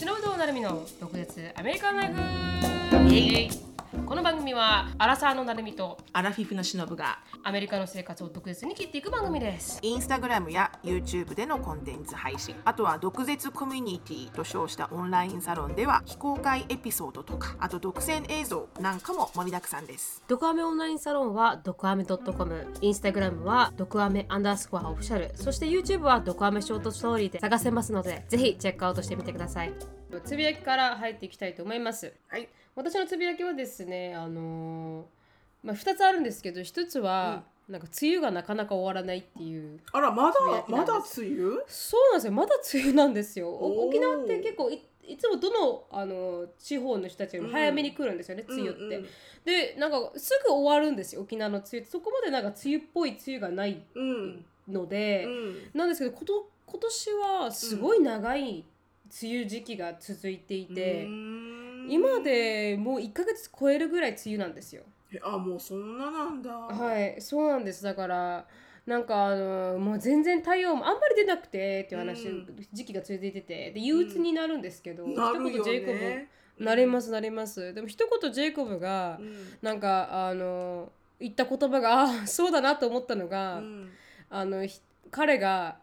篠本なるみの独舌アメリカンライフ。イエイ。この番組はアラサーのなるみとアラフィフのしのぶがアメリカの生活を独舌に切っていく番組です。 インスタグラムや YouTube でのコンテンツ配信、あとは独舌コミュニティと称したオンラインサロンでは非公開エピソードとか、あと独占映像なんかも盛りだくさんです。 ドクアメオンラインサロンはドクアメ .com、 インスタグラムはドクアメ_オフィシャル、そして YouTube はドクアメショートストーリーで探せますので、ぜひチェックアウトしてみてください。つぶやきから入っていきたいと思います。 はい。 私のつぶやきはですね、2つあるんですけど、1つは、なんか梅雨がなかなか終わらないっていう。 あら、まだ梅雨？ そうなんですよ、まだ梅雨なんですよ。沖縄って結構いつもどの、地方の人たちよりも早めに来るんですよね、梅雨って。で、なんかすぐ終わるんですよ、沖縄の梅雨って。そこまでなんか梅雨っぽい梅雨がないので、なんですけど、今年はすごい長い梅雨時期が続いていて、今でもう1ヶ月超えるぐらい梅雨なんですよ。 もうそんななんだ。 はい、そうなんです。だからなんかもう全然太陽もあんまり出なくてっていう話、時期が続いてて、で憂鬱になるんですけど、 なるよね。 一言ジェイコブなります。でも一言ジェイコブが、なんか言った言葉がそうだなと思ったのが、彼が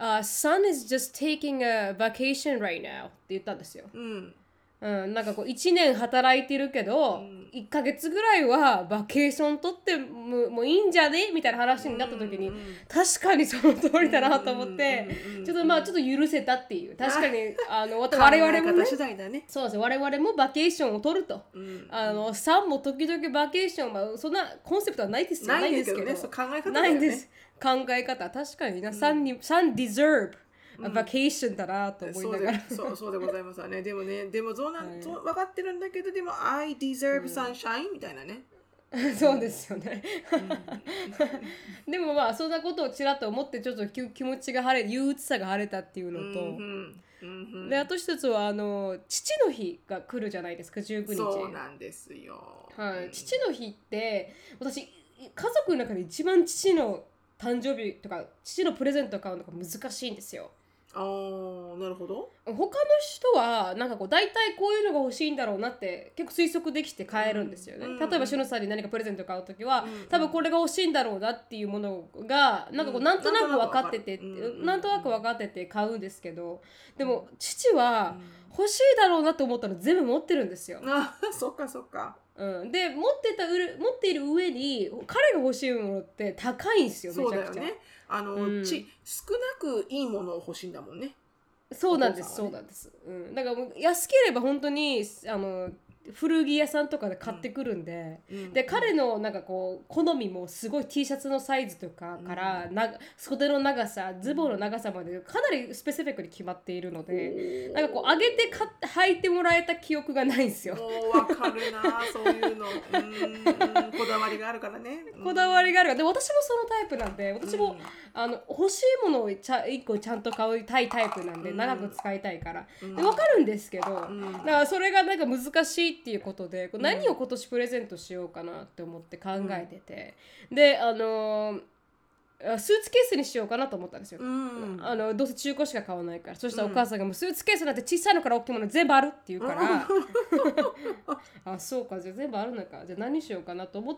Sun is just taking a vacation right now って言ったんですよ。なんかこう1年働いてるけど、1ヶ月ぐらいはバケーション取ってもいいんじゃねみたいな話になった時に、確かにその通りだなと思って、ちょっと許せたっていう。確かに我々もね、そうです、我々もバケーションを取ると、さんも時々バケーション、そんなコンセプトはないですよ。 ないんですけどね、そう考え方だよね。 ないんです。考え方確かにな、さん deserveバケーションだなと思いながら、 そうでございますわね。でもそう分かってるんだけど、でも I deserve sunshine みたいなね。 そうですよね。でもそんなことをちらっと思って、ちょっと気持ちが晴れ、憂鬱さが晴れたっていうのと、であと一つは父の日が来るじゃないですか、19日。 そうなんですよ。 はい、父の日って私家族の中で一番父の誕生日とか父のプレゼントを買うのが難しいんですよ。 なるほど。 他の人はなんかこう大体こういうのが欲しいんだろうなって結構推測できて買えるんですよね。例えばしのさんに何かプレゼントを買うときは、多分これが欲しいんだろうなっていうものがなんかこうなんとなく分かってて、買うんですけど、でも父は欲しいだろうなと思ったら全部持ってるんですよ。 そっか。 で持っている上に彼が欲しいものって高いんですよ、めちゃくちゃ。 そうだよね。少なくいいものを欲しいんだもんね。 そうなんです。だからもう安ければ本当に古着屋さんとかで買ってくるんで、で彼のなんかこう好みもすごい T シャツのサイズとかから袖の長さ、ズボンの長さまでかなりスペシフィックに決まっているので、なんかこう上げて履いてもらえた記憶がないんですよ。 わかるな、そういうの。こだわりがあるからね。 こだわりがあるから。で私もそのタイプなんで、私も欲しいものを1個ちゃんと買いたいタイプなんで、長く使いたいから、で分かるんですけど、だからそれがなんか難しいっていうことで、何を今年プレゼントしようかなって思って考えてて、でスーツケースにしようかなと思ったんですよ。どうせ中古しか買わないから。そしたらお母さんがもうスーツケースなんて小さいのから大きいもの全部あるって言うから、そうか、じゃあ全部あるのか、じゃあ何しようかなと思って、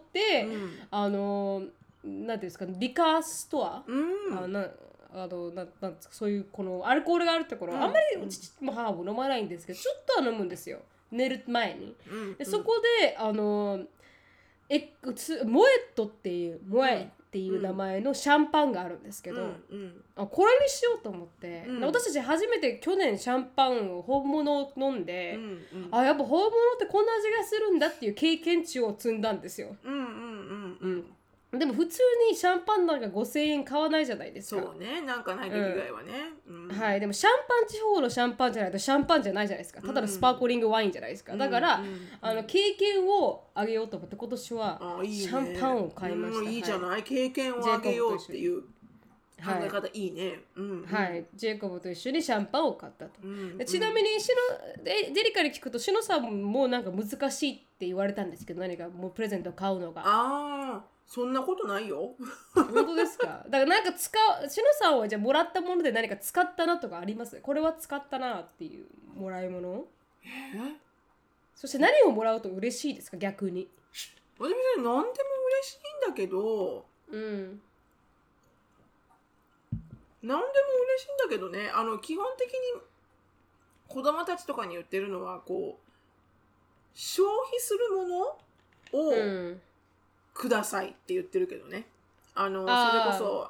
なんていうんですか、リカーストア、なんそういうこのアルコールがあるところ、あんまり父も母も飲まないんですけど、ちょっとは飲むんですよ、寝る前に。でそこでモエットっていう名前のシャンパンがあるんですけど、これにしようと思って、私たち初めて去年シャンパンを本物を飲んで、やっぱ本物ってこんな味がするんだっていう経験値を積んだんですよ。でも普通にシャンパンなんか5000円買わないじゃないですか。 そうね、なんかない時ぐらいはね。 はい、でもシャンパン地方のシャンパンじゃないとシャンパンじゃないじゃないですか。ただのスパークリングワインじゃないですか。だから、経験をあげようと思って今年はシャンパンを買いました。 いいじゃない、経験をあげようっていう考え方いいね。 はい、ジェイコブと一緒にシャンパンを買ったと。ちなみにデリカに聞くと、しのさんもなんか難しいって言われたんですけど、何かもうプレゼントを買うのが。 そんなことないよ。 本当ですか？だからなんかしのさんはじゃあもらったもので何か使ったなとかあります？これは使ったなっていうもらい物。そして何をもらうと嬉しいですか逆に？ 私別に何でも嬉しいんだけど、 うん。 何でも嬉しいんだけどね、基本的に子供たちとかに言ってるのはこう消費するものをくださいって言ってるけどね。それこそ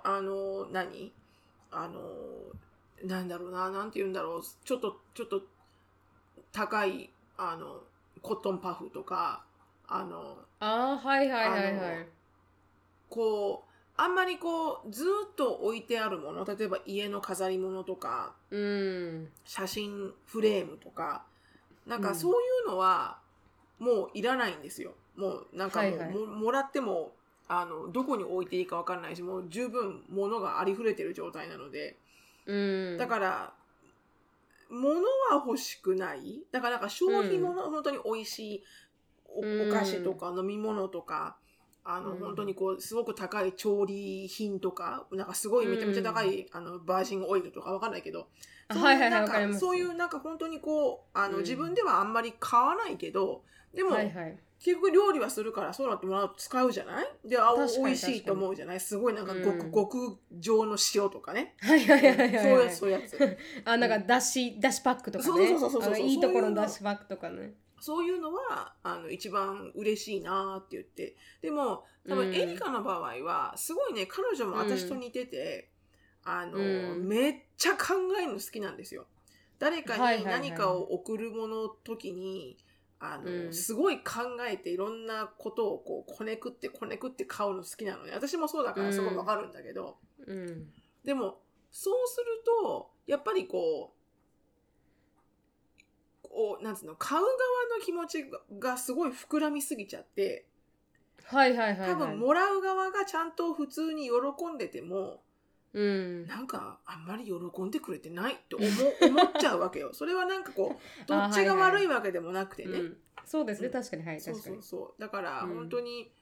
なんだろうな、なんて言うんだろう、ちょっと高いコットンパフとかはいはいはいはい。 こうあんまりこうずっと置いてあるもの、例えば家の飾り物とか、写真フレームとか、なんかそういうのはもういらないんですよ。もうなんかもらってもどこに置いていいか分かんないし、もう十分物がありふれてる状態なので、だから物は欲しくない。だからなんか消費物、本当に美味しいお菓子とか飲み物とか、本当にこうすごく高い調理品とか、なんかすごいめちゃめちゃ高いバージンオイルとかわかんないけど、そういうなんか本当にこう自分ではあんまり買わないけど、でも、結局料理はするからそうなってもらうと使うじゃない？で、美味しいと思うじゃない？すごいなんか極上の塩とかね。そういうやつ。 なんかだしパックとかね。いいところのだしパックとかね。 そういうのは一番嬉しいなって言って。でも多分エリカの場合はすごいね、彼女も私と似てて、めっちゃ考えるの好きなんですよ。誰かに何かを送るもの時にすごい考えていろんなことをこうこねくって買うの好きなのね。私もそうだからすごいわかるんだけど、でもそうするとやっぱりこうなんつうの、買う側の気持ちがすごい膨らみすぎちゃって、多分もらう側がちゃんと普通に喜んでても、なんかあんまり喜んでくれてないって思っちゃうわけよ。それはなんかこうどっちが悪いわけでもなくてね。 そうですね、確かに、確かに。 そうだから本当に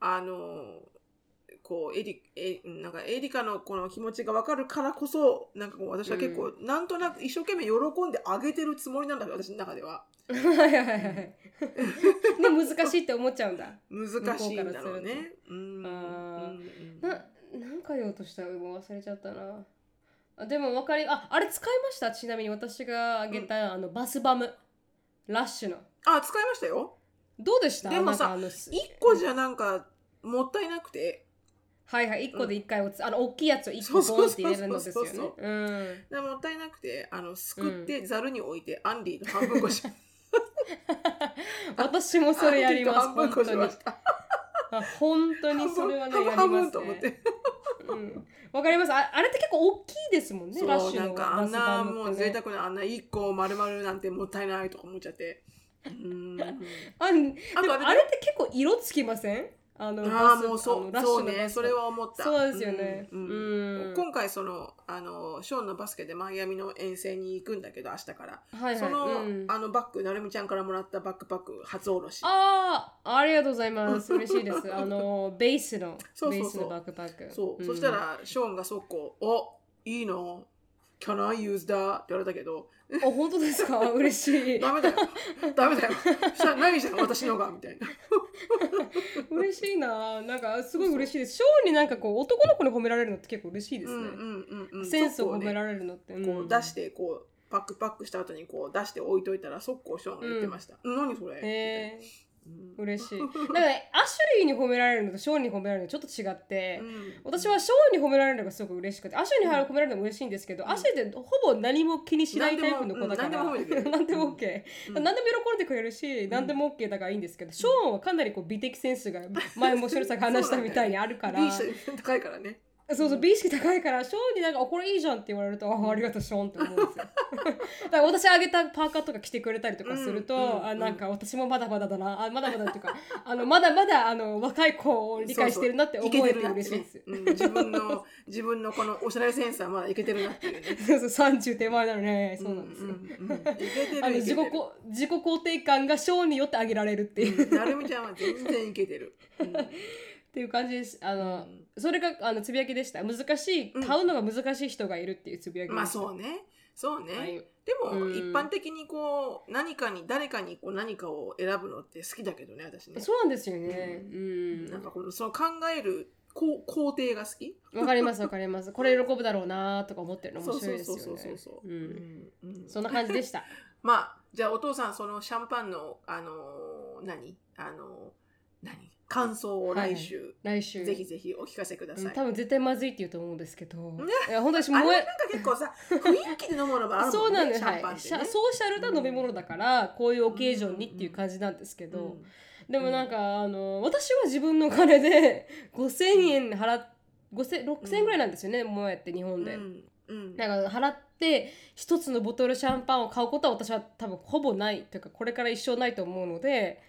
こうなんかエリカのこの気持ちが分かるからこそ、なんかこう私は結構なんとなく一生懸命喜んであげてるつもりなんだけど、私の中では。 で難しいって思っちゃうんだ。 難しいんだろうね。 なんか言おうとしたら忘れちゃったな。でもあれ使いました？ちなみに私があげた、バスバムラッシュの。 使いましたよ。 どうでした？ でもさ、1個じゃなんかもったいなくて。 1個で1回大きいやつを1個ボンって入れるのですよね。 もったいなくてすくってざるに置いてアンディと半分こし私もそれやります。 半分こしました。 本当にそれはね、やりますね。 半分と思って。 わかります。あれって結構大きいですもんね。ラッシュのなんかあんなもう贅沢なあんな1個丸々なんてもったいないとか思っちゃって。 あれって結構色つきません？ もうそうね、それは思った。 そうですよね。 今回ショーンのバスケでマイアミの遠征に行くんだけど、明日から、そのバッグ、なるみちゃんからもらったバックパック初おろし。 ありがとうございます。嬉しいです。ベースのバックパック。 そしたらショーンが速攻いいのCan I use that? って言われたけど、 本当ですか？嬉しい。 ダメだよないじゃん私のがみたいな。 嬉しいな。なんかすごい嬉しいです。ショーになんかこう男の子に褒められるのって結構嬉しいですね。センスを褒められるのって、 こう出してこうパックした後にこう出して置いといたら速攻ショーンが言ってました。何それ？ 嬉しい。だからアシュリーに褒められるのとショーンに褒められるのちょっと違って、私はショーンに褒められるのがすごく嬉しくて、アシュリーに褒められるのも嬉しいんですけど、アシュリーってほぼ何も気にしないタイプの子だから、何でも OK、何でも喜んでくれるし、何でも OK だからいいんですけど、ショーンはかなりこう美的センスが前もシュルさんが話したみたいにあるから、 美意識高いからね。 美意識高いから、ショーンになんかこれいいじゃんって言われると、ありがとうショーンって思うんですよ。だから私あげたパーカーとか着てくれたりとかすると、なんか私もまだまだだな、まだまだっていうかまだまだ若い子を理解してるなって思えて嬉しいです。 自分のこのおしゃれセンスはまだいけてるなっていうね。 30手前なのね。そうなんですよ。自己肯定感がショーンによって上げられるっていう。 なるみちゃんは全然いけてる。 っていう感じです。それがつぶやきでした。難しい、買うのが難しい人がいるっていうつぶやきでした。 まあそうね。そうね。 はい、 でも、一般的にこう、誰かにこう何かを選ぶのって好きだけどね、私ね。 そうなんですよね。 なんかその考える工程が好き。 わかりますわかります。これ喜ぶだろうなとか思ってるの面白いですよね。そんな感じでした。 まあ、じゃあお父さん、そのシャンパンの、感想を来週ぜひぜひお聞かせください。 多分絶対まずいって言うと思うんですけど、 いや本当になんか結構さ雰囲気で飲むのもあるもんね。 そうなんです、はい、ソーシャルな飲み物だから、こういうオケージョンにっていう感じなんですけど、でもなんか私は自分のお金で5000円6000円ぐらいなんですよね、もうやって日本で、なんか払って一つのボトルシャンパンを買うことは私は多分ほぼないというか、これから一生ないと思うので、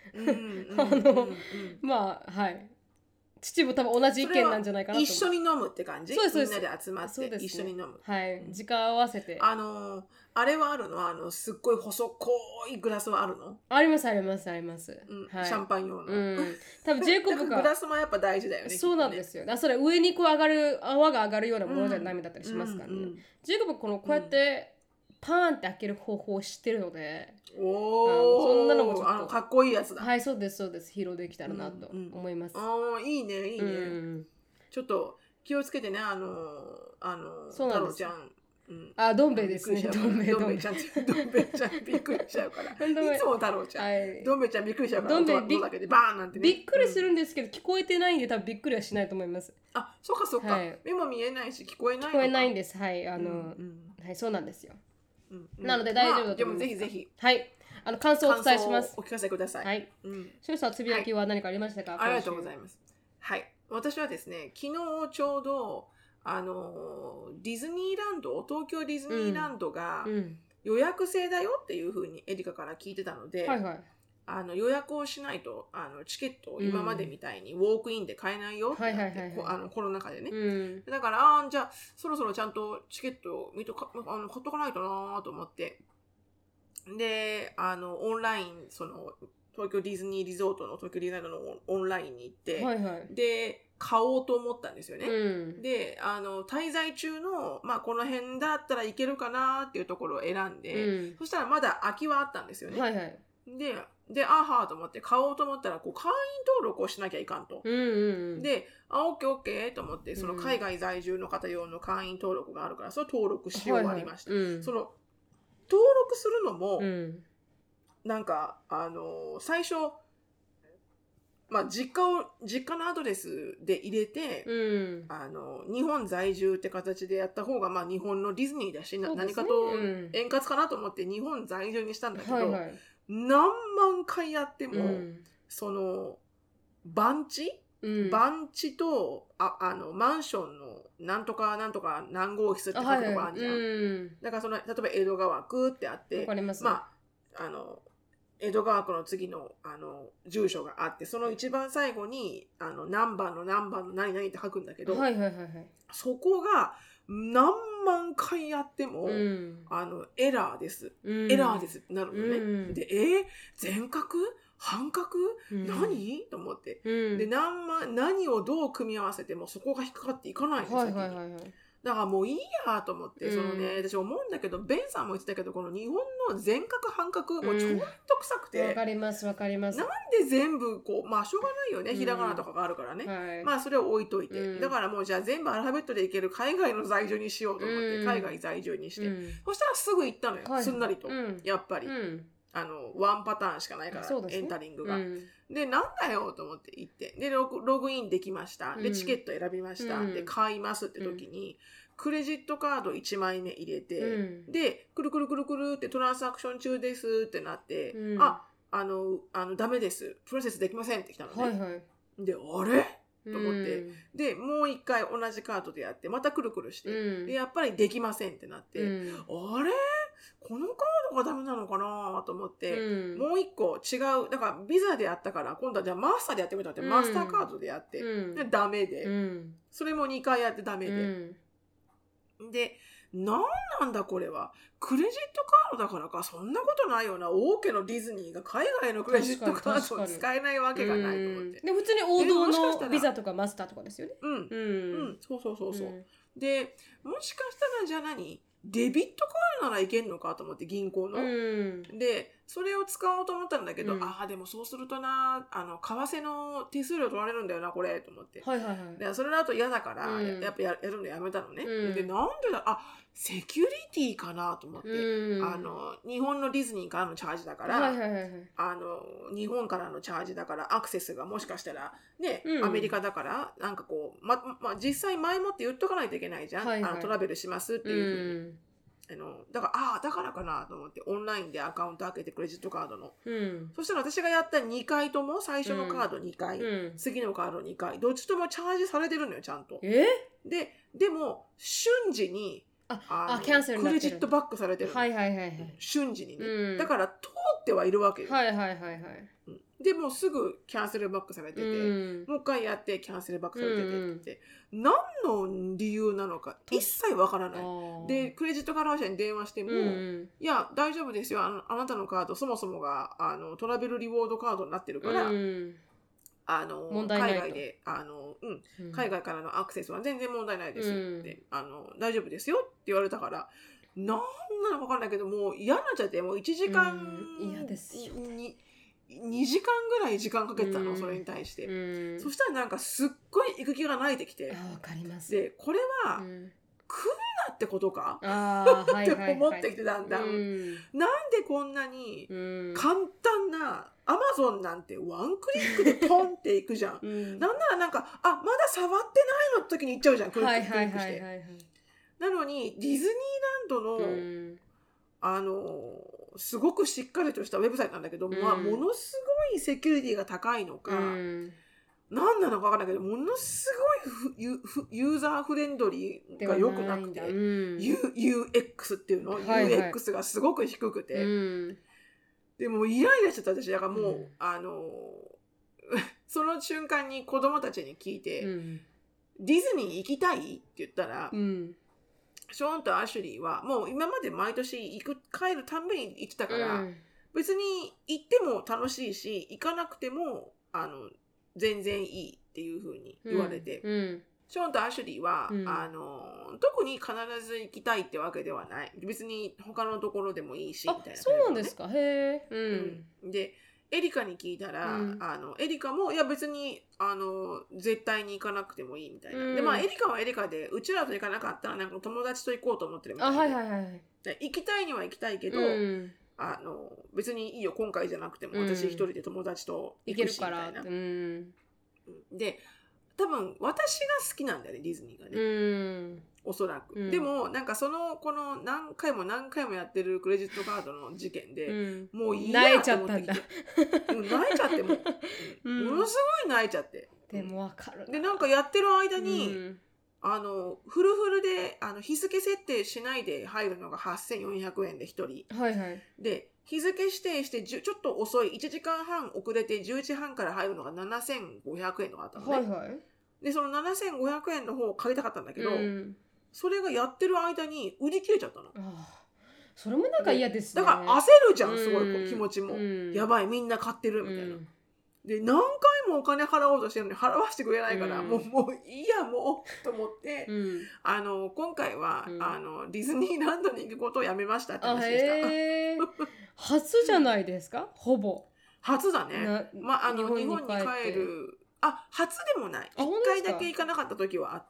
まあはい、父も多分同じ意見なんじゃないかなと。 一緒に飲むって感じ。そうです、みんなで集まって一緒に飲む。 はい、時間合わせて。 あれはあるの？すっごい細いグラスはあるの？ ありますありますあります。シャンパン用の。 多分ジェイコブがグラスもやっぱ大事だよね。 そうなんですよ。それ上にこう泡が上がるようなものじゃダメだったりしますからね。ジェイコブこうやってパーンって開ける方法を知ってるので、そんなのもちょっとかっこいいやつだ。 はい、そうですそうです。披露できたらなと思います。 いいねいいね。ちょっと気をつけてね、太郎ちゃん。 どん兵衛ですね。どん兵衛ちゃんびっくりしちゃうから。いつも太郎ちゃん。どん兵衛ちゃんびっくりしちゃうから。どん兵衛だけでバーンなんてね。 びっくりするんですけど、聞こえてないんで多分びっくりはしないと思います。 そうかそうか。目も見えないし聞こえないのか。 聞こえないんです。はい、はい、そうなんですよ。なので大丈夫だと思います。 でもぜひぜひ。 はい。感想をお伝えします。 お聞かせください。はい。 しゅうさん、つぶやきは何かありましたか？ ありがとうございます。はい。私はですね、昨日ちょうどディズニーランド、東京ディズニーランドが予約制だよっていう風にエリカから聞いてたので、予約をしないとチケットを今までみたいにウォークインで買えないよってなってコロナ禍でね、だからじゃあそろそろちゃんとチケットを買っとかないとなと思って、でオンラインその東京ディズニーリゾートの東京ディズニーランドのオンラインに行って、で買おうと思ったんですよね。で滞在中の、この辺だったらいけるかなっていうところを選んで、そしたらまだ空きはあったんですよね。であはーと思って買おうと思ったら会員登録をしなきゃいかんと。でオッケーオッケーと思って、その海外在住の方用の会員登録があるから、それ登録し終わりました。その登録するのも、なんか最初実家のアドレスで入れて、日本在住って形でやった方が、日本のディズニーだし、何かと円滑かなと思って日本在住にしたんだけど、何万回やっても、その番地とマンションのなんとかなんとか何号室って書くとこあるじゃん。だから例えば江戸川区ってあって、江戸川区の次の住所があって、その一番最後に何番の何々って書くんだけど、そこが何万回やっても、エラーです、エラーですってなるのね。で全角半角、何と思って、で何をどう組み合わせてもそこが引っかかっていかないんですよ。だからもういいやと思って、私思うんだけど、ベンさんも言ってたけど、この日本の全角半角もう超めんどくさくて、 わかりますわかります。 なんで全部しょうがないよね、ひらがなとかがあるからね、それを置いといて、だからもうじゃあ全部アルファベットでいける海外の在住にしようと思って、海外在住にして、そしたらすぐ行ったのよ、すんなりと、やっぱり、ワンパターンしかないから、エンタリングが。で、なんだよと思って行って。で、ログインできました。で、チケット選びました。で、買いますって時に、クレジットカード1枚目入れて、で、くるくるくるくるってトランサクション中ですってなって、ダメです。プロセスできませんって来たのね。で、あれと思って、でもう一回同じカードでやってまたくるくるして、でやっぱりできませんってなって、あれこのカードがダメなのかなと思って、もう一個違うだからビザでやったから今度はじゃあマスターでやってみたって、マスターカードでやって、でダメで、それも2回やってダメで、 で、なんだこれは。クレジットカードだからか、そんなことないよな。王家のディズニーが海外のクレジットカードを使えないわけがないと思って。 で、普通に王道のビザとかマスターとかですよね。 そう。で、もしかしたらじゃあデビットカードならいけんのかと思って、銀行の。で、それを使おうと思ったんだけど、でもそうするとな、為替の手数料取られるんだよな、これ、と思って。で、それだと嫌だから、やっぱやるのやめたのね。で、なんでだ、セキュリティかなと思って。日本のディズニーからのチャージだから、日本からのチャージだから、アクセスがもしかしたら、ね、アメリカだから、なんかこう、実際前もって言っとかないといけないじゃん。トラベルしますっていうふうに。だからかなと思ってオンラインでアカウント開けてクレジットカードの、そしたら私がやった2回とも最初のカード2回、次のカード2回どっちともチャージされてるのよちゃんと。でも瞬時にキャンセルになってる、 クレジットバックされてるの、瞬時にね、だから通ってはいるわけよ。でもうすぐキャンセルバックされてて、もう一回やってキャンセルバックされててって、何の理由なのか一切わからない。でクレジットカード会社に電話しても、いや大丈夫ですよ、あなたのカードそもそもがトラベルリウォードカードになってるから、問題ないと、海外で海外からのアクセスは全然問題ないですって、大丈夫ですよって言われたから、なんなのか分かんないけどもう嫌になっちゃって、もう1時間嫌ですよね。 2時間ぐらい時間かけてたの、それに対して。そしたらなんかすっごい行く気がないってきて、 わかります。 でこれは、来るなってことかって思ってきて、だんだん、なんでこんなに簡単なアマゾンなんてワンクリックでポンっていくじゃん、なんならなんかまだ触ってないの時に行っちゃうじゃん、クリックして。なのにディズニーランドのすごくしっかりとしたウェブサイトなんだけど、ものすごいセキュリティが高いのか、何なのか分からないけど、ものすごいユーザーフレンドリーが良くなくて、UX っていうの、UX がすごく低くて、でもイライラしちゃった私。だからもう、その瞬間に子供たちに聞いて、ディズニー行きたいって言ったら、ショーンとアシュリーはもう今まで毎年帰るたんびに行ってたから、別に行っても楽しいし行かなくても全然いいっていう風に言われて、ショーンとアシュリーは、特に必ず行きたいってわけではない、別に他のところでもいいしみたいな、 そうなんですか。へえ。 でエリカに聞いたら、エリカもいや別に絶対に行かなくてもいいみたいな、でエリカはエリカでうちらと行かなかったらなんか友達と行こうと思ってるみたいで、行きたいには行きたいけど、別にいいよ今回じゃなくても私一人で友達と行くしみたいな、で多分私が好きなんだよね、ディズニーがね、おそらく、でもなんかこの何回もやってるクレジットカードの事件で、もういいやと思ってきて、泣いちゃってものすごい泣いちゃって、 でも分かるでなんかやってる間に、フルフルで日付設定しないで入るのが8400円で1人、で日付指定してちょっと遅い1時間半遅れて10時半から入るのが7500円とかあったのね、でその7500円の方を買いたかったんだけど、それがやってる間に売り切れちゃったの。 それもなんか嫌ですね。 だから焦るじゃん、すごい気持ちも、やばいみんな買ってるみたいな、で何回もお金払おうとしてるのに払わせてくれないから、もういいやもうと思って、今回は、ディズニーランドに行くことをやめましたって話でした。 初じゃないですか、ほぼ初だね。日本に帰る初でもない。1回だけ行かなかった時はあった。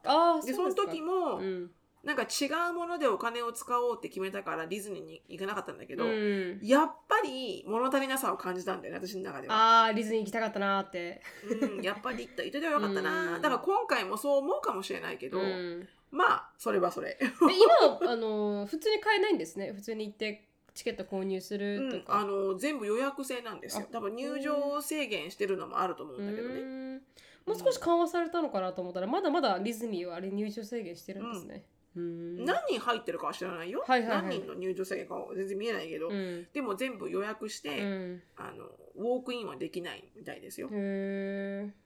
でその時も、なんか違うものでお金を使おうって決めたからディズニーに行かなかったんだけど、やっぱり物足りなさを感じたんだよね、私の中では。 ディズニー行きたかったなって、 やっぱり行ってよかったな、だから今回もそう思うかもしれないけど、それはそれ。 今普通に買えないんですね。普通に行ってチケット購入するとか、 全部予約制なんですよ。多分入場制限してるのもあると思うんだけどね。 もう少し緩和されたのかなと思ったら、まだまだディズニーはあれ入場制限してるんですね。 何人入ってるかは知らないよ、何人の入場制限かは全然見えないけど、でも全部予約して、ウォークインはできないみたいですよ。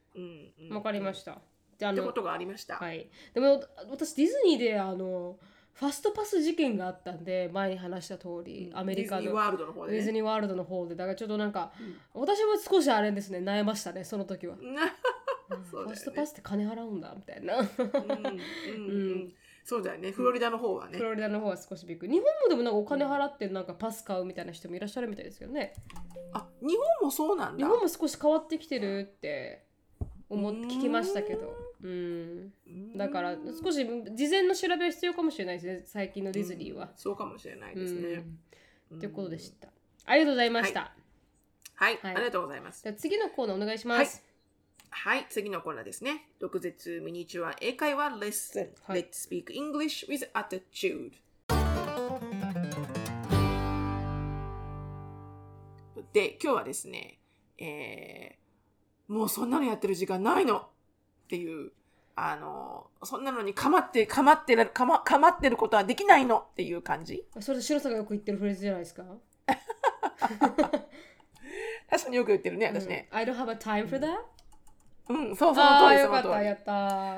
わかりました。 ってことがありました。 でも私ディズニーでファストパス事件があったんで、前に話した通り、アメリカのディズニーワールドの方で、ね、 ディズニーワールドの方で、だからちょっとなんか、私も少しあれですね、悩ましたね、その時は。 そうだよね、 ファストパスって金払うんだみたいな。 そうだよね、フロリダの方はね。 フロリダの方は少しびっくり。日本もでもなんかお金払ってなんかパス買うみたいな人もいらっしゃるみたいですけどね。 あ、日本もそうなんだ。 日本も少し変わってきてるって聞きましたけど。だから少し事前の調べは必要かもしれないですね、最近のディズニーは。 そうかもしれないですね。 ということでした。ありがとうございました。 はい、ありがとうございます。 じゃあ次のコーナーお願いします。 はい、次のコーナーですね。毒舌ミニチュア英会話レッスン。Let's speak English with attitude。で、今日はですね、もうそんなのやってる時間ないのっていう、そんなのに構ってることはできないのっていう感じ。 それ白さんがよく言ってるフレーズじゃないですか。 確かによく言ってるね、私ね。 I don't have a time for that。 そう、その通り、 よかった、やった。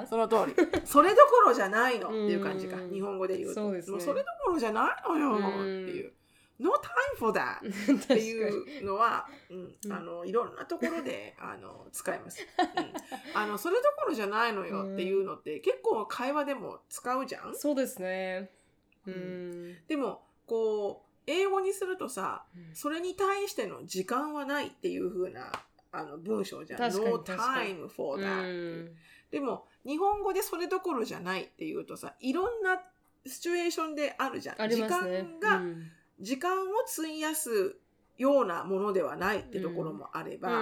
その通り。それどころじゃないのっていう感じか。日本語で言うと。 そうですね。 それどころじゃないのよっていう。No time for that っていうのは、いろんなところで使います。それどころじゃないのよっていうのって結構会話でも使うじゃん。 そうですね。 でもこう英語にするとさ、それに対しての時間はないっていう風な文章じゃん。No time for that。でも日本語でそれどころじゃないっていうとさ、いろんなシチュエーションであるじゃん。時間を費やすようなものではないってところもあれば、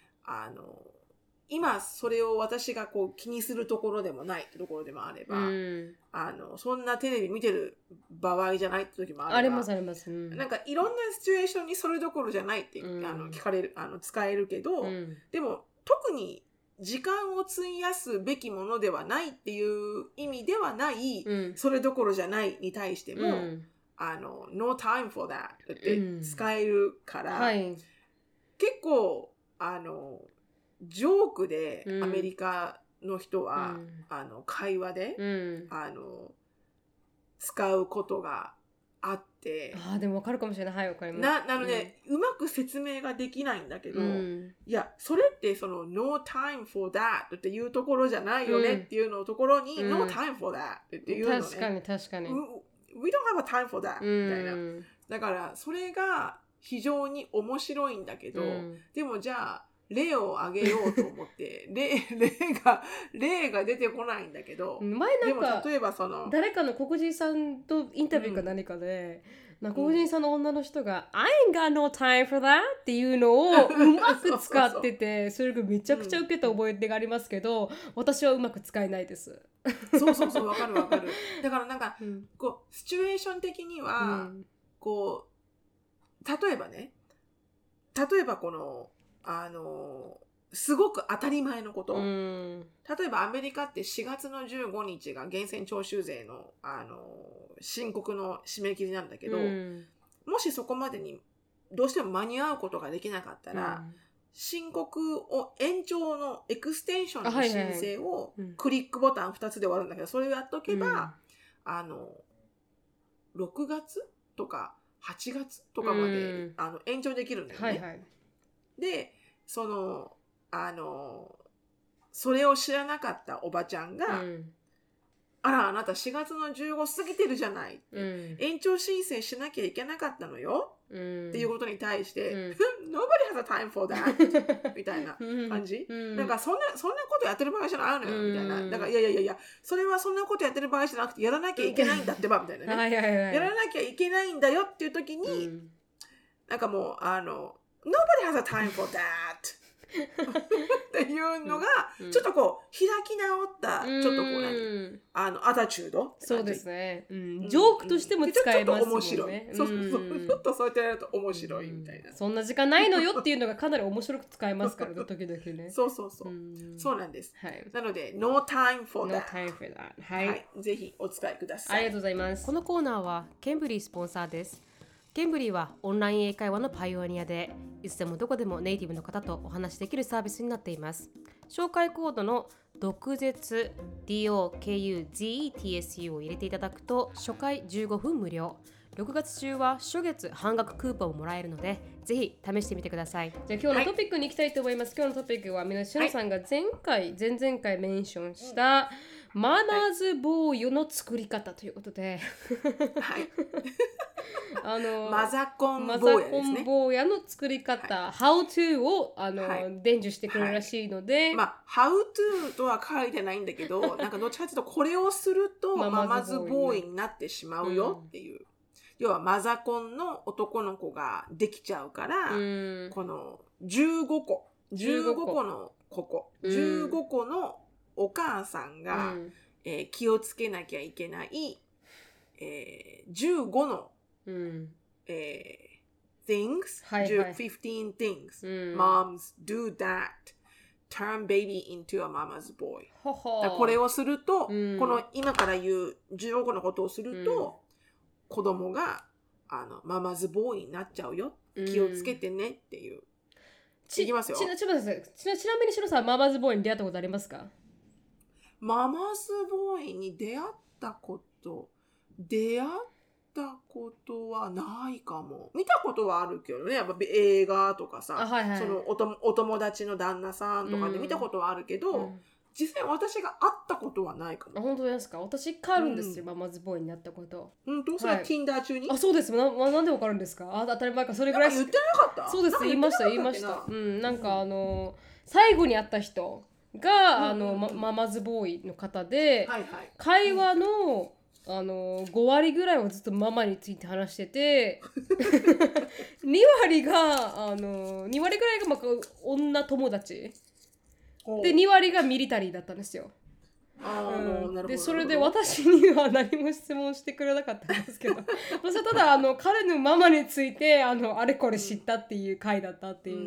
今それを私がこう気にするところでもないってところでもあれば、そんなテレビ見てる場合じゃないって時もあれば、 ありますあります。 なんかいろんなシチュエーションにそれどころじゃないって、聞かれる使えるけど、でも特に時間を費やすべきものではないっていう意味ではない、それどころじゃないに対しても、no time for that って使えるから、結構ジョークでアメリカの人は、会話で、使うことがあって、 でも分かるかもしれない。はい、分かります。 なので、うまく説明ができないんだけど、いやそれってその no time for that っていうところじゃないよねっていうのところに、no time for that っていうのね。 確かに確かに。 We don't have a time for that みたいな。だからそれが非常に面白いんだけど、でもじゃあ例を挙げようと思って例が出てこないんだけど、 前なんかでも例えばその誰かの黒人さんとインタビューか何かで、黒人さんの女の人が、I ain't got no time for that っていうのをうまく使ってて、それがめちゃくちゃ受けた覚えがありますけど、私はうまく使えないです。 そうわかるわかる。だからなんか、こうシチュエーション的には、こう例えばこのすごく当たり前のこと、例えばアメリカって4月の15日が源泉徴収税の、申告の締め切りなんだけど、もしそこまでにどうしても間に合うことができなかったら、申告を延長のエクステンションの申請をクリックボタン2つで終わるんだけど、それをやっとけば、6月とか8月とかまで、延長できるんだよね。でそれを知らなかったおばちゃんが、あなた4月の15過ぎてるじゃない、延長申請しなきゃいけなかったのよ、っていうことに対して、Nobody has a time for that みたいな感じ、なんかそんなことやってる場合じゃないのよみたいな。だからいやそれはそんなことやってる場合じゃなくてやらなきゃいけないんだってばみたいなねやらなきゃいけないんだよっていう時に、なんかもうNobody has a time for that っていうのが、ちょっとこう開き直ったちょっとこうアタチュード。 そうですね、ジョークとしても使えますもんね。 ちょっと面白い。ちょっとそうやってやると面白いみたいな。 そんな時間ないのよっていうのがかなり面白く使えますからね、時々ね。 そうなんです。なので No time for that。はい。ぜひお使いください。 ありがとうございます。このコーナーはケンブリースポンサーです。ケンブリーはオンライン英会話のパイオニアで、いつでもどこでもネイティブの方とお話しできるサービスになっています。 紹介コードの毒舌 DOKUZETSU を入れていただくと初回15分無料。6月中は初月半額クーポンをもらえるので、ぜひ試してみてください。じゃあ今日のトピックに行きたいと思います。今日のトピックはしのさんが前々回メンションしたマナーズボーイの作り方ということで、 はい、 マザコン坊やの作り方、How to を伝授してくれるらしいので、 How to とは書いてないんだけど、なんかどっちかというとこれをするとママズボーイになってしまうよっていう。要はマザコンの男の子ができちゃうから、この15個の15個のお母さんが、気をつけなきゃいけない、15の、things、15 things、moms do that turn baby into a mama's boy。これをすると、この今から言う15個のことをすると、子供がママズボーイになっちゃうよ、気をつけてねっていう。いきますよ。ちなみにしろさん、ママズボーイに出会ったことありますか？ ママズボーイに出会ったことはないかも。見たことはあるけどね、やっぱ映画とかさ、そのお友達の旦那さんとかで見たことはあるけど、実際私が会ったことはないかも。 本当ですか？私一回あるんですよ、ママズボーイになったこと。 それは Tinder 中に？ そうです。なんでわかるんですか？当たり前か、それぐらい。 言ってなかった？ そうです、言いました。なんか最後に会った人がママズボーイの方で、会話の5割ぐらいはずっとママについて話してて2割ぐらいが女友達で、2割がミリタリーだったんですよ。でそれで私には何も質問してくれなかったんですけど私はただ彼のママについてあれこれ知ったっていう回だったっていう。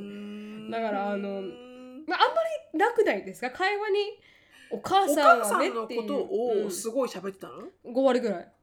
だからあんまりなくないですか？会話にお母さんはねっていう。 お母さんのことをすごい喋ってたの ？5割ぐらい。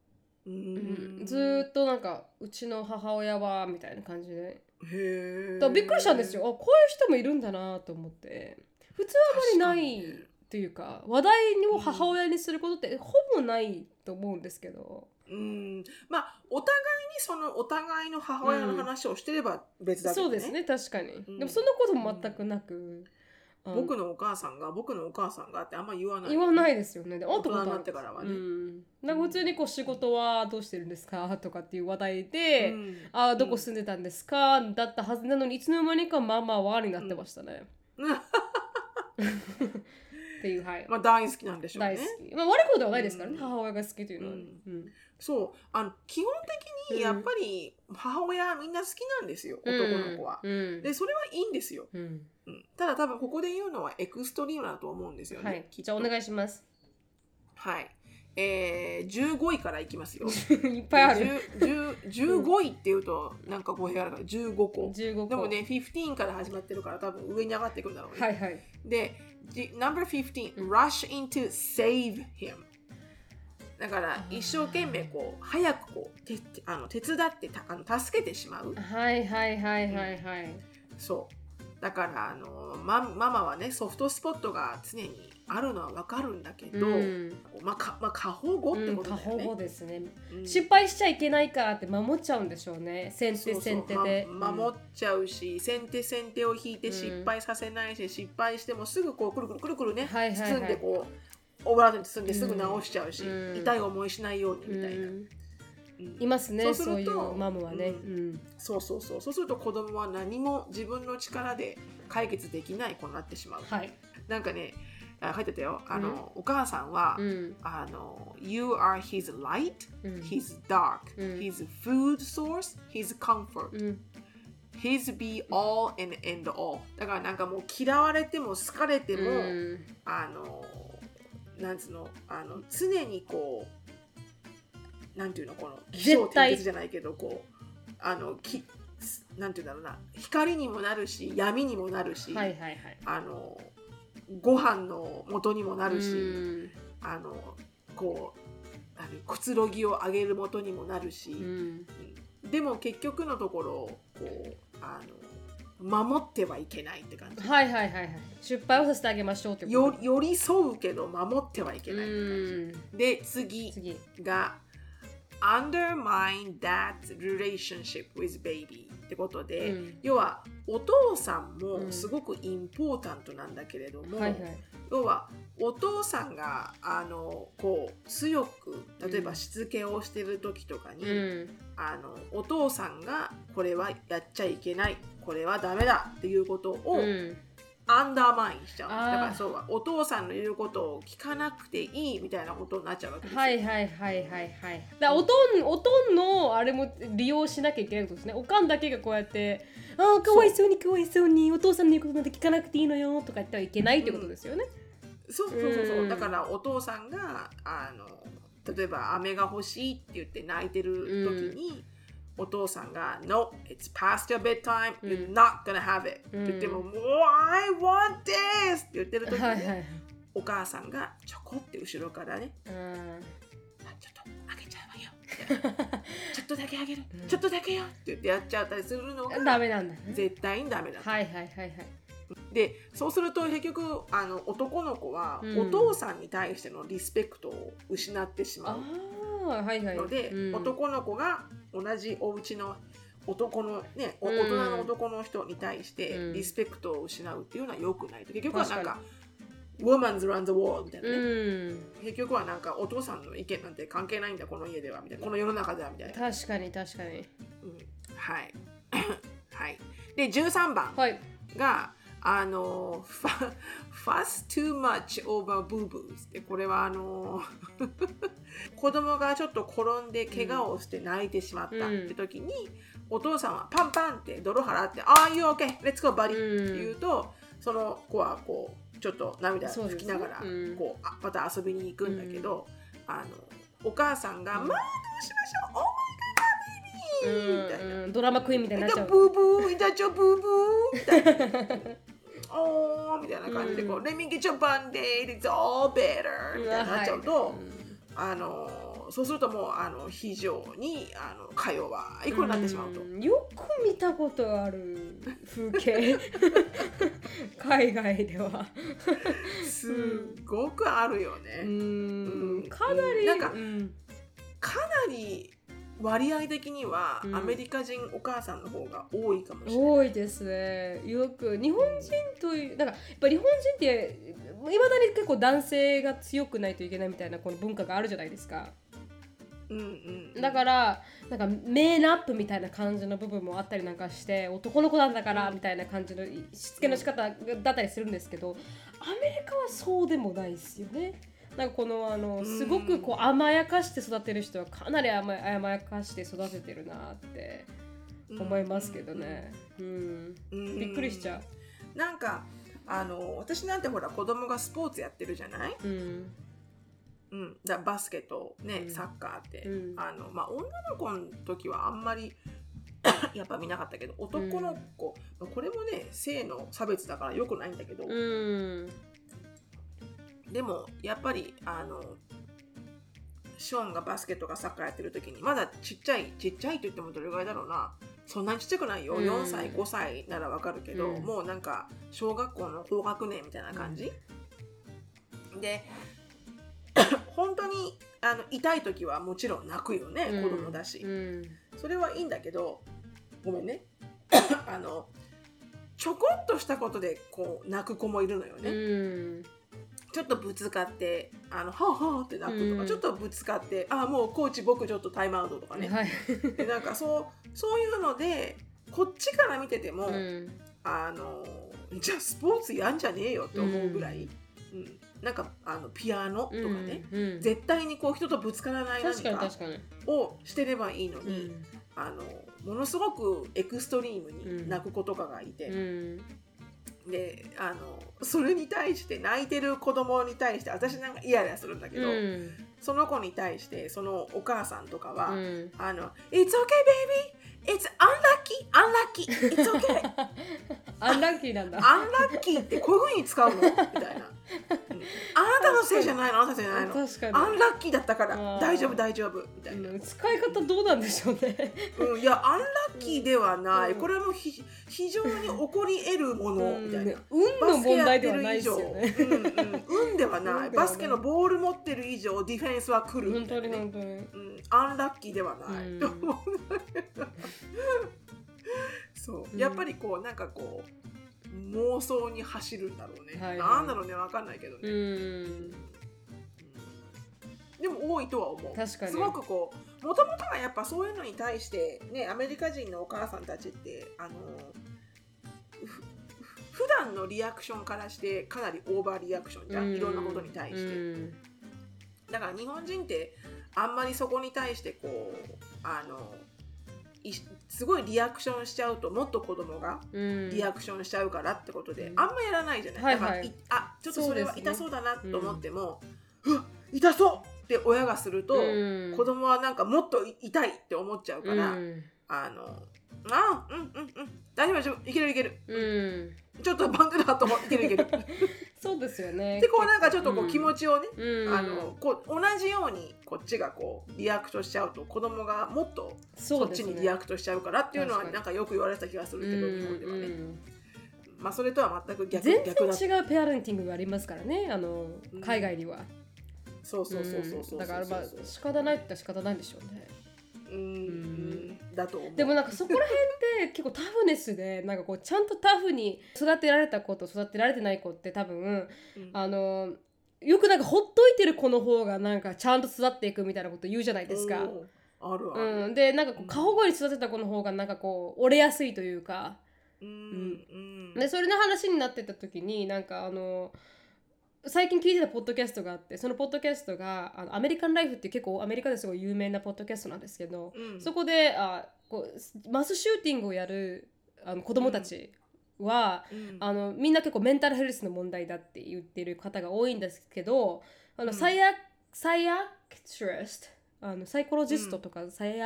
ずっとなんかうちの母親はみたいな感じで。だびっくりしたんですよ。こういう人もいるんだなと思って。普通はあまりないというか、話題を母親にすることってほぼないと思うんですけど。 お互いにお互いの母親の話をしてれば別だけどね。 そうですね、確かに。でもそんなことも全くなく、 僕のお母さんがってあんま言わない。 言わないですよね。で、 大人になってからはね。 なんか普通に仕事はどうしてるんですかとかっていう話題で、どこ住んでたんですかだったはずなのに、いつの間にかママはになってましたね。っていう、 大好きなんでしょうね。 大好き。悪いことではないですからね、母親が好きというのは。 そう基本的にやっぱり母親みんな好きなんですよ、男の子は。でそれはいいんですよ。ただ多分ここで言うのはエクストリームだと思うんですよね。 じゃあお願いします。 はい。15位からいきますよ。 いっぱいある。 15位っていうとなんか語弊あるから15個。でもね、15から始まってるから多分上に上がってくるんだろうね。で、No.15 rush into save him。だから一生懸命早く手伝って助けてしまう。そう。だからママはね、ソフトスポットが常にあるのは分かるんだけど、過保護ってことだよね。 過保護ですね。失敗しちゃいけないからって守っちゃうんでしょうね。先手で。 守っちゃうし、先手を引いて失敗させないし、失敗してもすぐくるくるね、包んでオブラートに包んですぐ直しちゃうし、痛い思いしないようにみたいな。 いますね、そういうママはね。 そうすると子供は何も自分の力で解決できない子になってしまう。なんかね、書いてたよ。お母さんは、You are his light, his dark, his food source, his comfort, his be all and end all。だからなんかもう嫌われても好かれても、なんつうの、常になんていうの、気象転結じゃないけどなんていうんだろうな、光にもなるし闇にもなるし、ご飯の元にもなるし、くつろぎを上げる元にもなるし、でも結局のところ守ってはいけないって感じ。 はいはいはいはい。失敗をさせてあげましょうってこと。 寄り添うけど守ってはいけないって感じ。で、次がundermine dad's relationship with baby ってことで、要はお父さんもすごくインポータントなんだけれども、要はお父さんがこう強く例えばしつけをしてる時とかに、お父さんがこれはやっちゃいけない、これはダメだっていうことを、アンダーマインしちゃうんです。だからそうはお父さんの言うことを聞かなくていいみたいなことになっちゃうわけですよ。 はいはいはいはいはい。だからおとんのあれも利用しなきゃいけないことですね。おかんだけがこうやってかわいそうにかわいそうにお父さんの言うことなんて聞かなくていいのよとか言ってはいけないってことですよね。 そうだからお父さんが例えば飴が欲しいって言って泣いてる時に、お父さんが No, it's past your bedtime, you're not gonna have it って言っても、I want this って言ってる時に、お母さんがちょこって後ろからね、ちょっとあげちゃうわよちょっとだけあげる、ちょっとだけよって言ってやっちゃったりするのがダメなんだ、ね、 絶対にダメだ。 はいはいはいはい。 でそうすると結局男の子はお父さんに対してのリスペクトを失ってしまうので、男の子が同じお家の男のね、大人の男の人に対してリスペクトを失うっていうのは良くないと。結局はなんかWoman's run the world みたいなね、結局はなんかお父さんの意見なんて関係ないんだこの家ではみたいな、この世の中ではみたいな。 確かに確かに、 はいはいで13番が、fuss too much over boo-boos ってこれは子供がちょっと転んで怪我をして泣いてしまったって時に、お父さんはパンパンって泥払って「Are you okay? Let's go buddy」って言うと、その子はこうちょっと涙拭きながらこうまた遊びに行くんだけど、お母さんが「まあどうしましょう Oh my god baby」みたいな、 ドラマクイーンみたいになっちゃう。 ブーブーいたちょブーブーみたいなおーみたいな感じでこう、Let me get your band-aid, it's all better みたいになっちゃうと、そうするともう非常にか弱い子になってしまうと。 よく見たことある風景海外ではすごくあるよね。 かなりなんか、かなり割合的にはアメリカ人お母さんの方が多いかもしれない。 多いですね。よく日本人というなんかやっぱ日本人っていまだに結構男性が強くないといけないみたいなこの文化があるじゃないですか。だからなんかメインアップみたいな感じの部分もあったりなんかして、男の子なんだからみたいな感じのしつけの仕方だったりするんですけど、アメリカはそうでもないですよね。なんかこのすごくこう甘やかして育てる人はかなり甘やかして育ててるなって思いますけどね。びっくりしちゃう。なんか私なんてほら子供がスポーツやってるじゃない？だバスケとね、サッカーって、女の子の時はあんまりやっぱ見なかったけど、男の子、これもね性の差別だから良くないんだけど、でもやっぱりショーンがバスケとかサッカーやってる時にまだちっちゃいって言ってもどれぐらいだろうな、そんなにちっちゃくないよ、4歳5歳ならわかるけど、もうなんか小学校の高学年みたいな感じ、で本当に痛い時はもちろん泣くよね、子供だし、それはいいんだけど、ごめんねちょこっとしたことでこう泣く子もいるのよね、ちょっとぶつかってはぁはぁって泣くとか、ちょっとぶつかってもうコーチ僕ちょっとタイムアウトとかね、でなんかそういうのでこっちから見てても、じゃあスポーツやんじゃねえよって思うぐらい、なんかピアノとかね、絶対にこう人とぶつからない何かをしてればいいのに、ものすごくエクストリームに泣く子とかがいて、でそれに対して泣いてる子供に対して私なんかイライラするんだけど、その子に対してそのお母さんとかは「It's okay baby, it's unlucky, it's okay アンラッキーなんだアンラッキーってこういう風に使うのみたいな、 あなたのせいじゃないの、あなたじゃないの、 確かにアンラッキーだったから大丈夫大丈夫みたいな、 使い方どうなんでしょうね。 いやアンラッキーではない、これはもう非常に起こり得るものみたいな、 運の問題ではないですよね。 運ではない、バスケのボール持ってる以上ディフェンスは来るみたいな、 本当に、 アンラッキーではないと思う。そうやっぱりこうなんかこう妄想に走るんだろうね、なんだろうね、分かんないけどね、でも多いとは思う。 確かにすごくこうもともとはやっぱそういうのに対してね、アメリカ人のお母さんたちって普段のリアクションからしてかなりオーバーリアクションじゃん、いろんなことに対して、だから日本人ってあんまりそこに対してこうすごいリアクションしちゃうともっと子供がリアクションしちゃうからってことで、あんまやらないじゃない、だからちょっとそれは痛そうだなと思っても、うわ痛そうって親がすると、子供はなんかもっと痛いって思っちゃうから、大丈夫いけるいける、ちょっとバンクだと思っていけるそうですよね。 でこうなんかちょっとこう気持ちをね、こう同じようにこっちがこうリアクトしちゃうと子供がもっとそっちにリアクトしちゃうからっていうのはなんかよく言われた気がするけど、日本ではね、まあそれとは全く逆だ。 全然違うペアレンティングがありますからね、海外には。 そうだからまあ仕方ないって仕方ないんでしょうね。 だと思う。 でもなんかそこら辺って結構タフネスでなんかこうちゃんとタフに育てられた子と育てられてない子って多分、よくなんかほっといてる子の方がなんかちゃんと育っていくみたいなこと言うじゃないですか。 あるある。 でなんかこう過保護に育てた子の方がなんかこう折れやすいというか、でそれの話になってた時になんか最近聞いてたポッドキャストがあって、そのポッドキャストがアメリカンライフっていう結構アメリカですごい有名なポッドキャストなんですけど、そこでこうマスシューティングをやる子供たちは、みんな結構メンタルヘルスの問題だって言ってる方が多いんですけど、サイコロジストとかサイ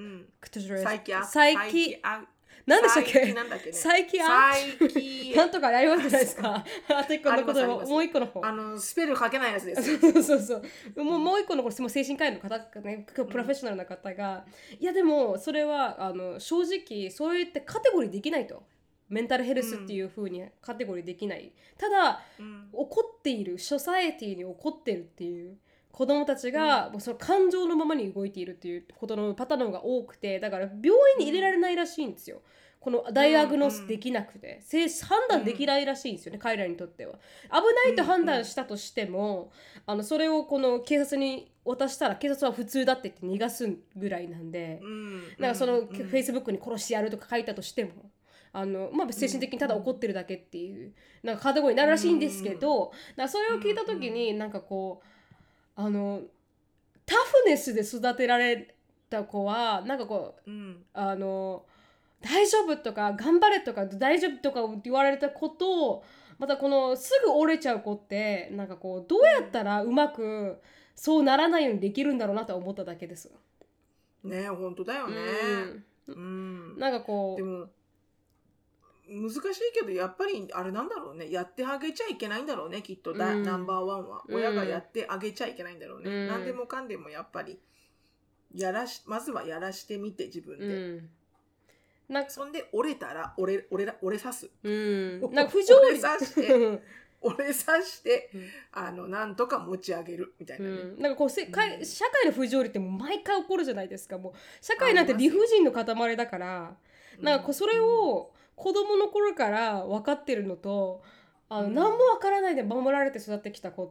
キなんでしたっけ？最近なんとかやりますじゃないですか。あと一個のこともう一個の方。 スペル書けないやつです。 そうもう一個の精神科医の方がね、プロフェッショナルな方が、いやでもそれは正直そういってカテゴリーできないと。メンタルヘルスっていう風にカテゴリーできない。ただ、怒っているソサエティに怒ってるっていう子供たちが、もうその感情のままに動いているっていうことのパターンの方が多くて、だから病院に入れられないらしいんですよ。このダイアグノスできなくて、判断できないらしいんですよね、彼らにとっては。危ないと判断したとしても、それをこの警察に渡したら警察は普通だって言って逃がすぐらいなんで、なんかその Facebook に殺してやるとか書いたとしても、精神的にただ怒ってるだけっていうなんかカテゴリーになるらしいんですけど、それを聞いた時になんかこうタフネスで育てられた子はなんかこう、大丈夫とか頑張れとか大丈夫とか言われたことをまたこのすぐ折れちゃう子ってなんかこうどうやったらうまくそうならないようにできるんだろうなと思っただけです。 ねえ本当だよね。 なんかこうでも難しいけどやっぱりあれなんだろうね、やってあげちゃいけないんだろうねきっと、ナンバーワンは親がやってあげちゃいけないんだろうね、何でもかんでもやっぱりまずはやらしてみて自分で、なんかそんで折れたら折れさす、 なんか不条理折れさして、なんとか持ち上げるみたいなね、 なんかこう社会の不条理ってもう毎回起こるじゃないですか。もう社会なんて理不尽の塊だから、なんかそれを子供の頃から分かってるのと、何も分からないで守られて育ってきた子って、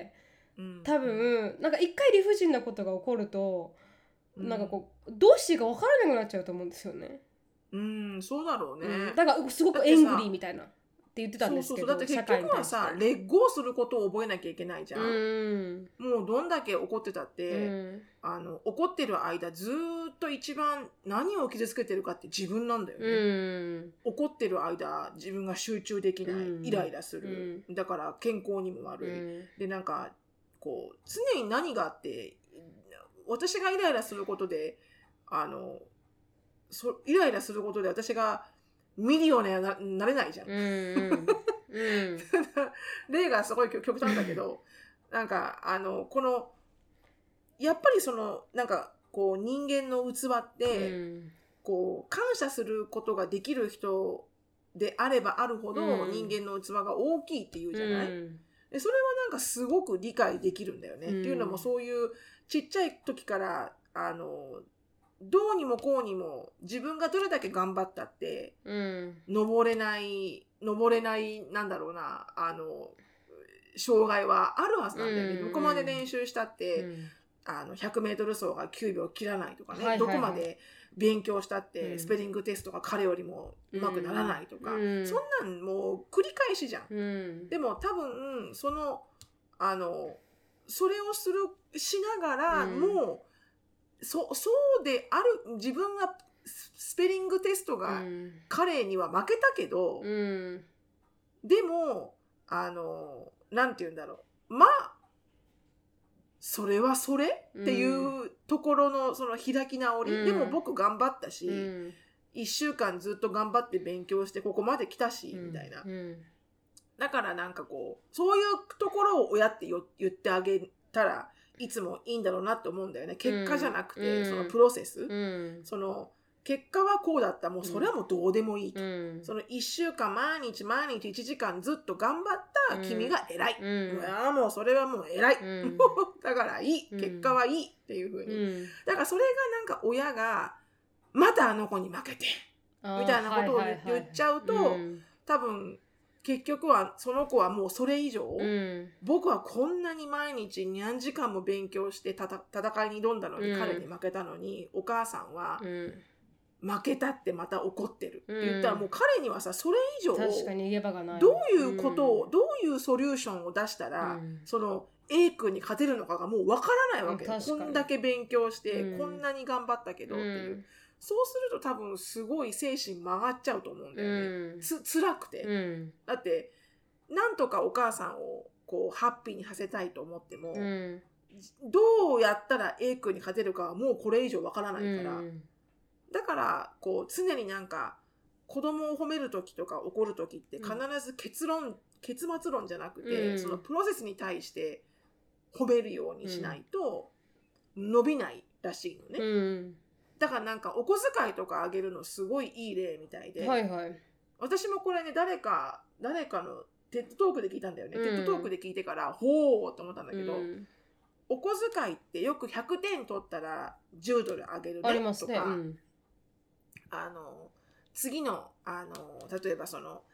多分なんか一回理不尽なことが起こると、なんかこうどうしていいか分からなくなっちゃうと思うんですよね。 そうだろうね。 だからすごくエングリーみたいなって言ってたんですけど、 だって結局はさ劣後することを覚えなきゃいけないじゃん。もうどんだけ怒ってたって、怒ってる間ずっと一番何を傷つけてるかって自分なんだよね。怒ってる間自分が集中できない、イライラする、だから健康にも悪い、でなんかこう常に何があって、私がイライラすることでイライラすることで私がミリオネアになれないじゃん。 例がすごい極端だけどなんかこのやっぱりそのなんかこう人間の器って、こう感謝することができる人であればあるほど、人間の器が大きいっていうじゃない、でそれはなんかすごく理解できるんだよね、っていうのもそういうちっちゃい時からどうにもこうにも自分がどれだけ頑張ったって、登れないなんだろうな障害はあるはずなんだよね、どこまで練習したって、100メートル走が9秒切らないとかね、どこまで勉強したってスペリングテストが彼よりもうまくならないとか、そんなんもう繰り返しじゃん、でも多分それをしながらもそうである自分がスペリングテストが彼には負けたけど、でもなんて言うんだろう、まあそれはそれっていうところのその開き直り、でも僕頑張ったし、1週間ずっと頑張って勉強してここまで来たし、みたいな、だからなんかこうそういうところを親って言ってあげたらいつもいいんだろうなって思うんだよね。結果じゃなくて、そのプロセス、その結果はこうだった、もうそれはもうどうでもいいと、その1週間毎日1時間ずっと頑張った君が偉い、もうそれはもう偉い、だからいい、結果はいいっていう風に、だからそれがなんか親がまたあの子に負けてみたいなことを言っちゃうと、多分結局はその子はもうそれ以上、僕はこんなに毎日何時間も勉強して戦いに挑んだのに、彼に負けたのにお母さんは、負けたってまた怒ってるって言ったら、もう彼にはさそれ以上確かに逃げ場がない、 どういうことを、どういうソリューションを出したら、その A 君に勝てるのかがもうわからないわけよ、こんだけ勉強して、こんなに頑張ったけどっていう、そうすると多分すごい精神曲がっちゃうと思うんだよね、辛くて、だってなんとかお母さんをこうハッピーにさせたいと思っても、どうやったら A 君に勝てるかはもうこれ以上わからないから、だからこう常になんか子供を褒める時とか怒る時って必ず結末論じゃなくて、そのプロセスに対して褒めるようにしないと伸びないらしいのね、だからなんかお小遣いとかあげるのすごいいい例みたいで、私もこれね誰かのテッドトークで聞いたんだよね、テッドトークで聞いてからほーって思ったんだけど、お小遣いってよく100点取ったら10ドルあげるねとか、次の例えばその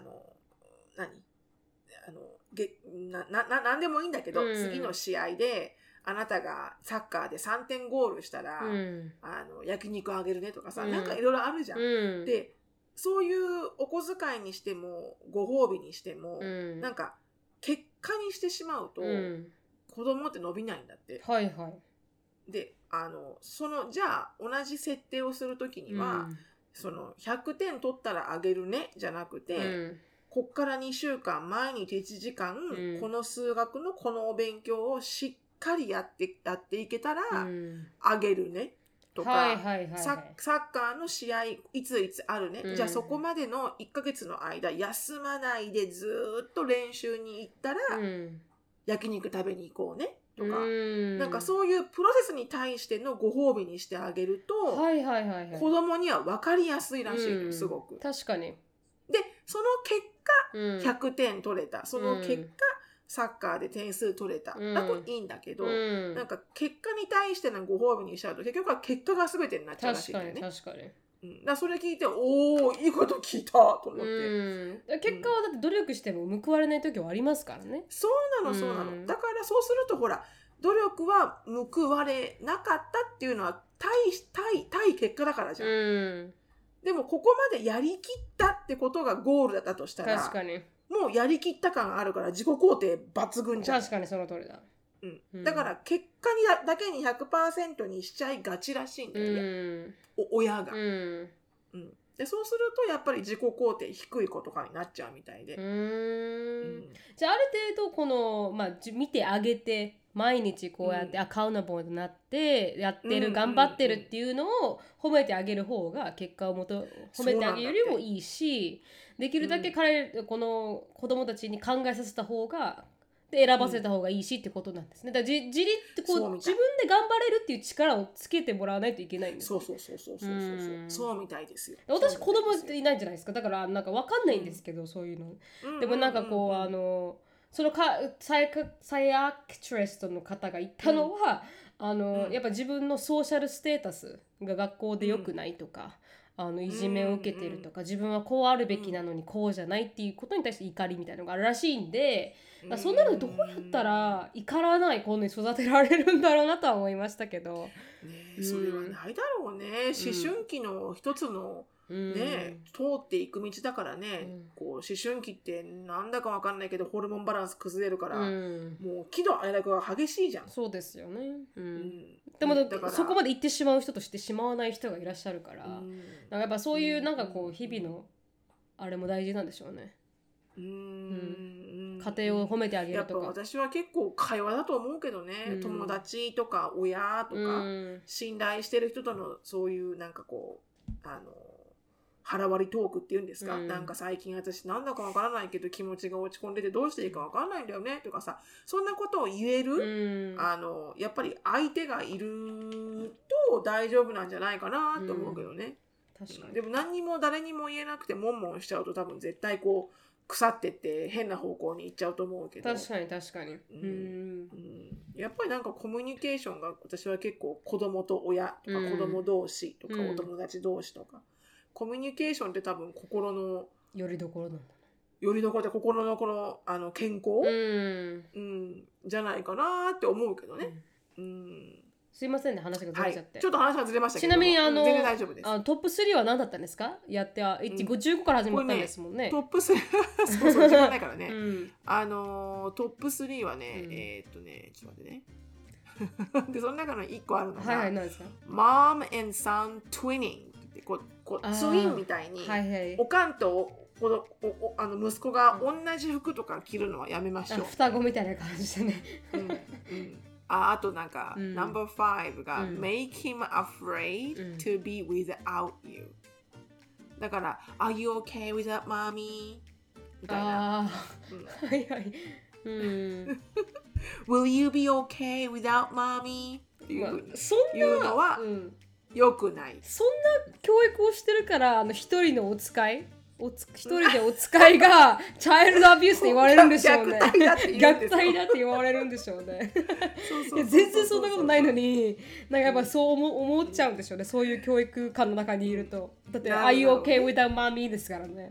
何でもいいんだけど、次の試合であなたがサッカーで3点ゴールしたら、焼肉あげるねとかさ、なんかいろいろあるじゃん、でそういうお小遣いにしてもご褒美にしても、なんか結果にしてしまうと、子供って伸びないんだって、でじゃあ同じ設定をするときには、その100点取ったらあげるねじゃなくて、こっから2週間毎日1時間、この数学のこのお勉強をしっかりやっていけたら、あげるねとか、サッカーの試合いつあるね、じゃあそこまでの1ヶ月の間休まないでずっと練習に行ったら、焼肉食べに行こうねとか、なんかそういうプロセスに対してのご褒美にしてあげると、子供には分かりやすいらしいの、すごく。 確かに。 でその結果、100点取れた、その結果、サッカーで点数取れた、だといいんだけど、なんか結果に対してのご褒美にしちゃうと結局は結果が全てになっちゃうらしいんだよね。 確かにだそれ聞いておーいいこと聞いたと思って、 結果はだって努力しても報われない時はありますからね。 そうなの、だからそうするとほら努力は報われなかったっていうのは対結果だからじゃん、でもここまでやりきったってことがゴールだったとしたら、 確かにもうやりきった感があるから自己肯定抜群じゃん。 確かにその通りだ、 だから結果だけに 100% にしちゃいがちらしいんだよね、親が、でそうするとやっぱり自己肯定低い子とかになっちゃうみたいで、 じゃあある程度この、見てあげて毎日こうやってアカウンタブルになってやってる、頑張ってるっていうのを褒めてあげる方が結果を褒めてあげるよりもいいし、できるだけこの子供たちに考えさせた方がで選ばせた方がいいしってことなんですね。だから自分で頑張れるっていう力をつけてもらわないといけないんです、 ね、そうみたいですよ。 私子供っていないじゃないですか。だからなんか分かんないんですけど、そういうの。でもなんかこうそのサイアクトレストの方が言ったのは、やっぱ自分のソーシャルステータスが学校で良くないとか、いじめを受けてるとか、自分はこうあるべきなのにこうじゃないっていうことに対して怒りみたいなのがあるらしいんで、そんなのどうやったら怒らない子に育てられるんだろうなとは思いましたけど、 それはないだろうね。思春期の一つの通っていく道だからね、こう思春期ってなんだかわかんないけどホルモンバランス崩れるから、もう喜怒哀楽が激しいじゃん。 そうですよね。でもそこまで行ってしまう人としてしまわない人がいらっしゃるから、なんかやっぱそういうなんかこう日々のあれも大事なんでしょうね。家庭を褒めてあげるとか。 やっぱ私は結構会話だと思うけどね、友達とか親とか、信頼してる人とのそういうなんかこう腹割りトークっていうんですか、なんか最近私なんだかわからないけど気持ちが落ち込んでてどうしていいかわからないんだよねとかさ、そんなことを言える、やっぱり相手がいると大丈夫なんじゃないかなと思うけどね。確かに。でも何にも誰にも言えなくてモンモンしちゃうと多分絶対こう腐ってって変な方向に行っちゃうと思うけど。 確かに確かに。 やっぱりなんかコミュニケーションが私は結構子供と親とか子供同士とかお友達同士とか、コミュニケーションって多分心のよりどころなんだ。 よりどころで心のこの健康、じゃないかなって思うけどね。 すいませんね、話がずれちゃって、 ちょっと話がずれましたけど、 ちなみに全然大丈夫です。 トップ3は何だったんですか？やって15から始まったんですもんね。 トップ3そう時間ないからね。トップ3はね、ちょっと待ってね。でその中の1個あるのが、 何ですか？ Mom and Son Twinning ってツインみたいに、おかんと息子が同じ服とか着るのはやめましょう。 双子みたいな感じでね。 あとなんか、No.5 が、Make him afraid to be without you。だから、Are you okay without mommy? みたいな。Will you be okay without mommy? っていうふうに言うのは良くない。 そんな教育をしてるから一人のお使い一人でお使いがチャイルドアビュースって言われるんでしょうね。虐待だって言われるんでしょうね。全然そんなことないのに、なんかやっぱそう思っちゃうんでしょうね。そういう教育観の中にいると。だって Are you okay without mommy ですからね。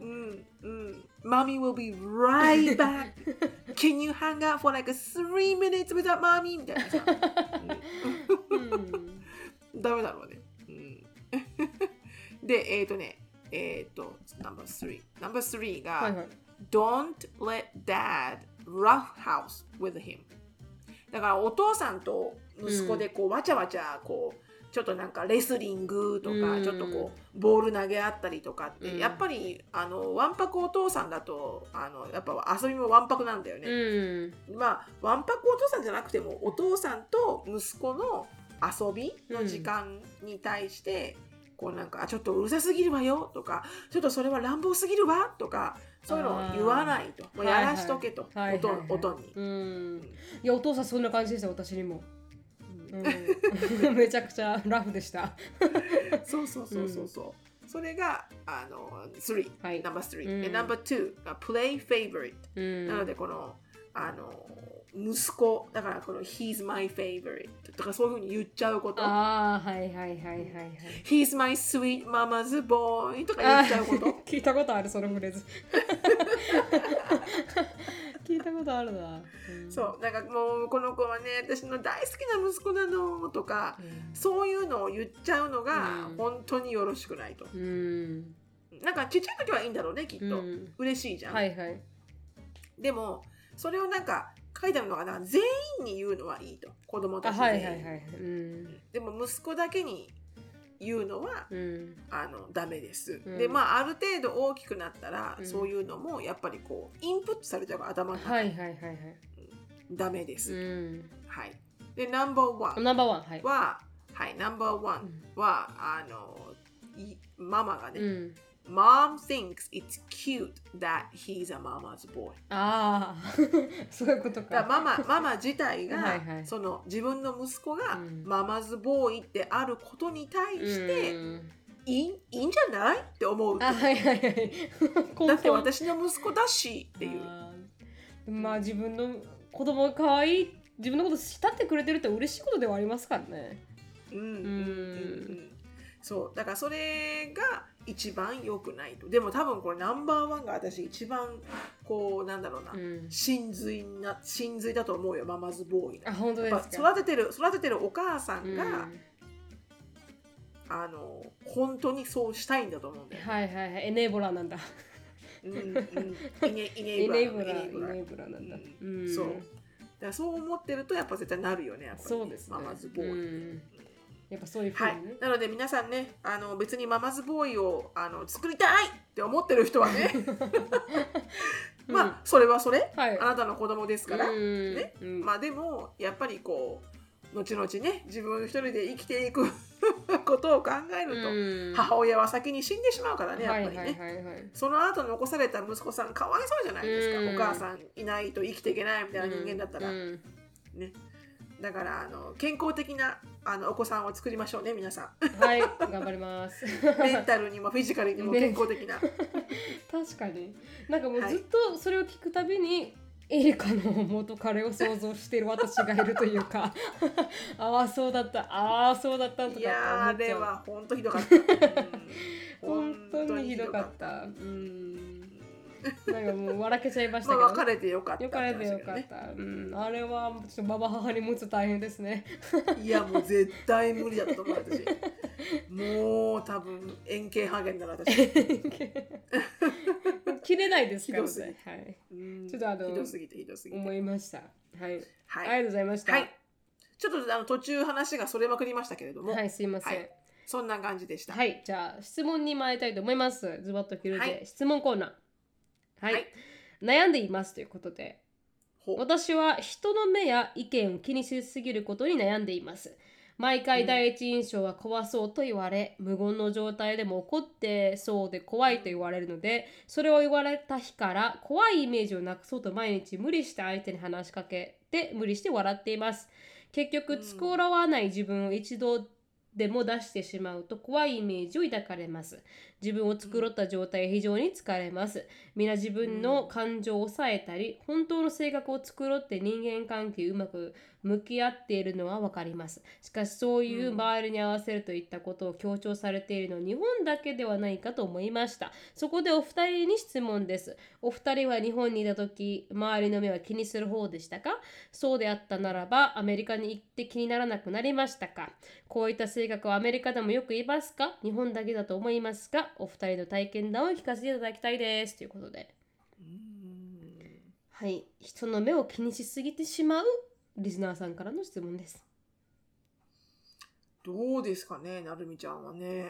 Mommy will be right back. Can you hang out for like 3 minutes without mommy? みたいなさ。ダメだろうね。で、Number 3が、Don't let dad roughhouse with him。だからお父さんと息子でこうわちゃわちゃこうちょっとなんかレスリングとか、ちょっとこうボール投げ合ったりとかって、やっぱりわんぱくお父さんだとやっぱ遊びもわんぱくなんだよね。まあわんぱくお父さんじゃなくてもお父さんと息子の遊びの時間に対して、こうなんかちょっとうるさすぎるわよとか、ちょっとそれは乱暴すぎるわとか、そういうのを言わないと、もうやらしとけと、音に。 いやお父さんそんな感じでした、私にも。めちゃくちゃラフでした。 そう。それが3、No.3。で No.2 が Play Favorite。なのでこの息子だからこの He's my favorite とかそういう風に言っちゃうこと。He's my sweet mama's boy とか言っちゃうこと。 聞いたことあるそのフレーズ。聞いたことあるな。 そうなんかもうこの子はね私の大好きな息子なのとか、そういうのを言っちゃうのが本当によろしくないと。なんかちっちゃい時はいいんだろうねきっと、嬉しいじゃん。でもそれをなんか書いてあるのかな、全員に言うのはいいと、子供たちに。でも息子だけに言うのは、ダメです。でまあある程度大きくなったら、そういうのもやっぱりこうインプットされちゃうから頭の中に、ダメです。 はい。で、ナンバーワンナンバーワン、はい。 は、はい、ナンバーワンは、ママがね、Mom thinks it's cute that he's a mama's boy. ああ、そういうことか。 だからママ自体がはいはい、 その自分の息子がママズボーイってあることに対して、いいんじゃないって思う。 あ、はいはいはい。 だって私の息子だしっていう。 まあ自分の子供が可愛い、自分のこと慕ってくれてるって嬉しいことではありますからね。 そうだからそれが一番良くないと。でも多分これナンバーワンが私一番こうなんだろうな、真髄だと思うよ、ママズボーイ。 あ、本当ですか。 育ててるお母さんが、本当にそうしたいんだと思うんだよ。 はいはいはい、エネーブラーなんだ。 エネーブラーなんだ。そう。だからそう思ってるとやっぱ絶対なるよね、やっぱり、 そうですね。 ママズボーイ。 やっぱそういうふうにね。 はい、なので皆さんね、別にママズボーイを作りたいって思ってる人はねまあそれはそれ、はい、あなたの子供ですからね、まあでもやっぱりこう後々ね自分一人で生きていくことを考えると、母親は先に死んでしまうからね、やっぱりね、その後残された息子さんかわいそうじゃないですか、お母さんいないと生きていけないみたいな人間だったら、ね。だから健康的なお子さんを作りましょうね、皆さん。 はい、頑張ります。 メンタルにもフィジカルにも健康的な。 確かに。なんかもうずっとそれを聞くたびに、エリカの元彼を想像している私がいるというかああそうだった、ああそうだったとかって思っちゃう。いやあれは本当ひどかった。 本当にひどかった。なんかもう笑けちゃいましたけど。 別れてよかった。 別れてよかった。あれはちょっとババ母に持つ大変ですね。 いやもう絶対無理だったと思う私。もう多分円形ハゲンだな私。 切れないですからね。はい。ちょっとひどすぎて思いました。はい。ありがとうございました。はい。 ちょっと途中話がそれまくりましたけれども。 はい、すいません。 そんな感じでした。 はい。じゃあ質問に参りたいと思います。ズバッと切るで質問コーナー。はい、悩んでいますということで、私は人の目や意見を気にしすぎることに悩んでいます。毎回第一印象は怖そうと言われ、無言の状態でも怒ってそうで怖いと言われるので、それを言われた日から怖いイメージをなくそうと毎日無理して相手に話しかけて無理して笑っています。結局作らない自分を一度でも出してしまうと怖いイメージを抱かれます。自分を作った状態非常に疲れます。皆自分の感情を抑えたり、本当の性格を作ろうって人間関係うまく向き合っているのは分かります。しかしそういう周りに合わせるといったことを強調されているのは日本だけではないかと思いました。そこでお二人に質問です。お二人は日本にいた時、周りの目は気にする方でしたか？そうであったならば、アメリカに行って気にならなくなりましたか？こういった性格はアメリカでもよく言いますか？日本だけだと思いますか？お二人の体験談を聞かせていただきたいですということで、はい、人の目を気にしすぎてしまうリスナーさんからの質問です。 どうですかね、なるみちゃんはね。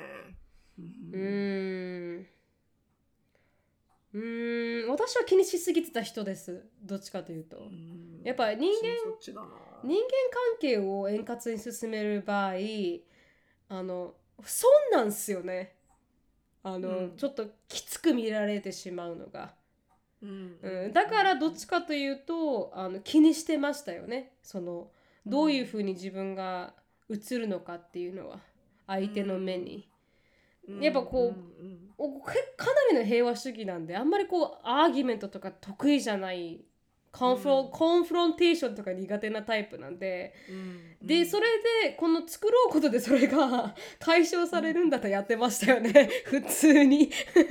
私は気にしすぎてた人です。どっちかというと、やっぱ人間関係を円滑に進める場合、損なんすよね。ちょっときつく見られてしまうのが、だからどっちかというと気にしてましたよね。どういうふうに自分が映るのかっていうのは相手の目に、やっぱこう、かなりの平和主義なんで、あんまりこうアーギュメントとか得意じゃない、コンフロンテーションとか苦手なタイプなんで、でそれでこの作ろうことでそれが解消されるんだったらやってましたよね普通に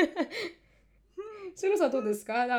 しのさんどうですか？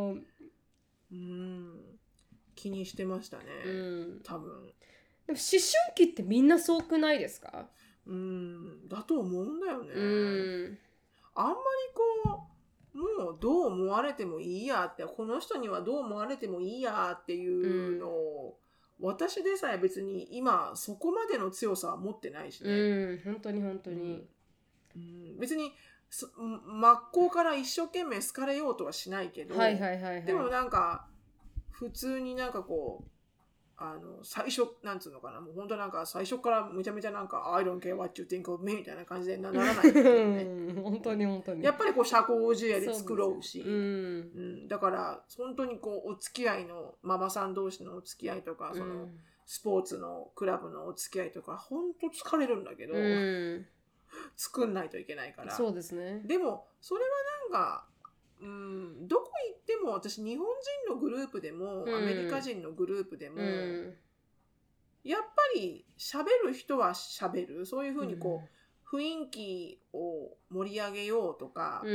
気にしてましたね、多分。 でも思春期ってみんなそうくないですか？ だと思うんだよね。あんまりこうもうどう思われてもいいやって、この人にはどう思われてもいいやっていうのを、私でさえ別に今そこまでの強さは持ってないしね。 本当に本当に、 別に真っ向から一生懸命好かれようとはしないけど、でもなんか普通になんかこ最初なんつうのかな、もう本当なんか最初からめちゃめちゃなんか I don't care what you think of me みたいな感じでならない、 ね、本当に本当にやっぱりこう社交辞令で作ろうし、 うんだから本当にこうお付き合いのママさん同士のお付き合いとか、そのスポーツのクラブのお付き合いとか本当疲れるんだけど、作んないといけないから。 そうですね。 でもそれはなんかどこ行っても、私日本人のグループでも、アメリカ人のグループでも、やっぱり喋る人は喋る、そういうふうにこう、雰囲気を盛り上げようとか、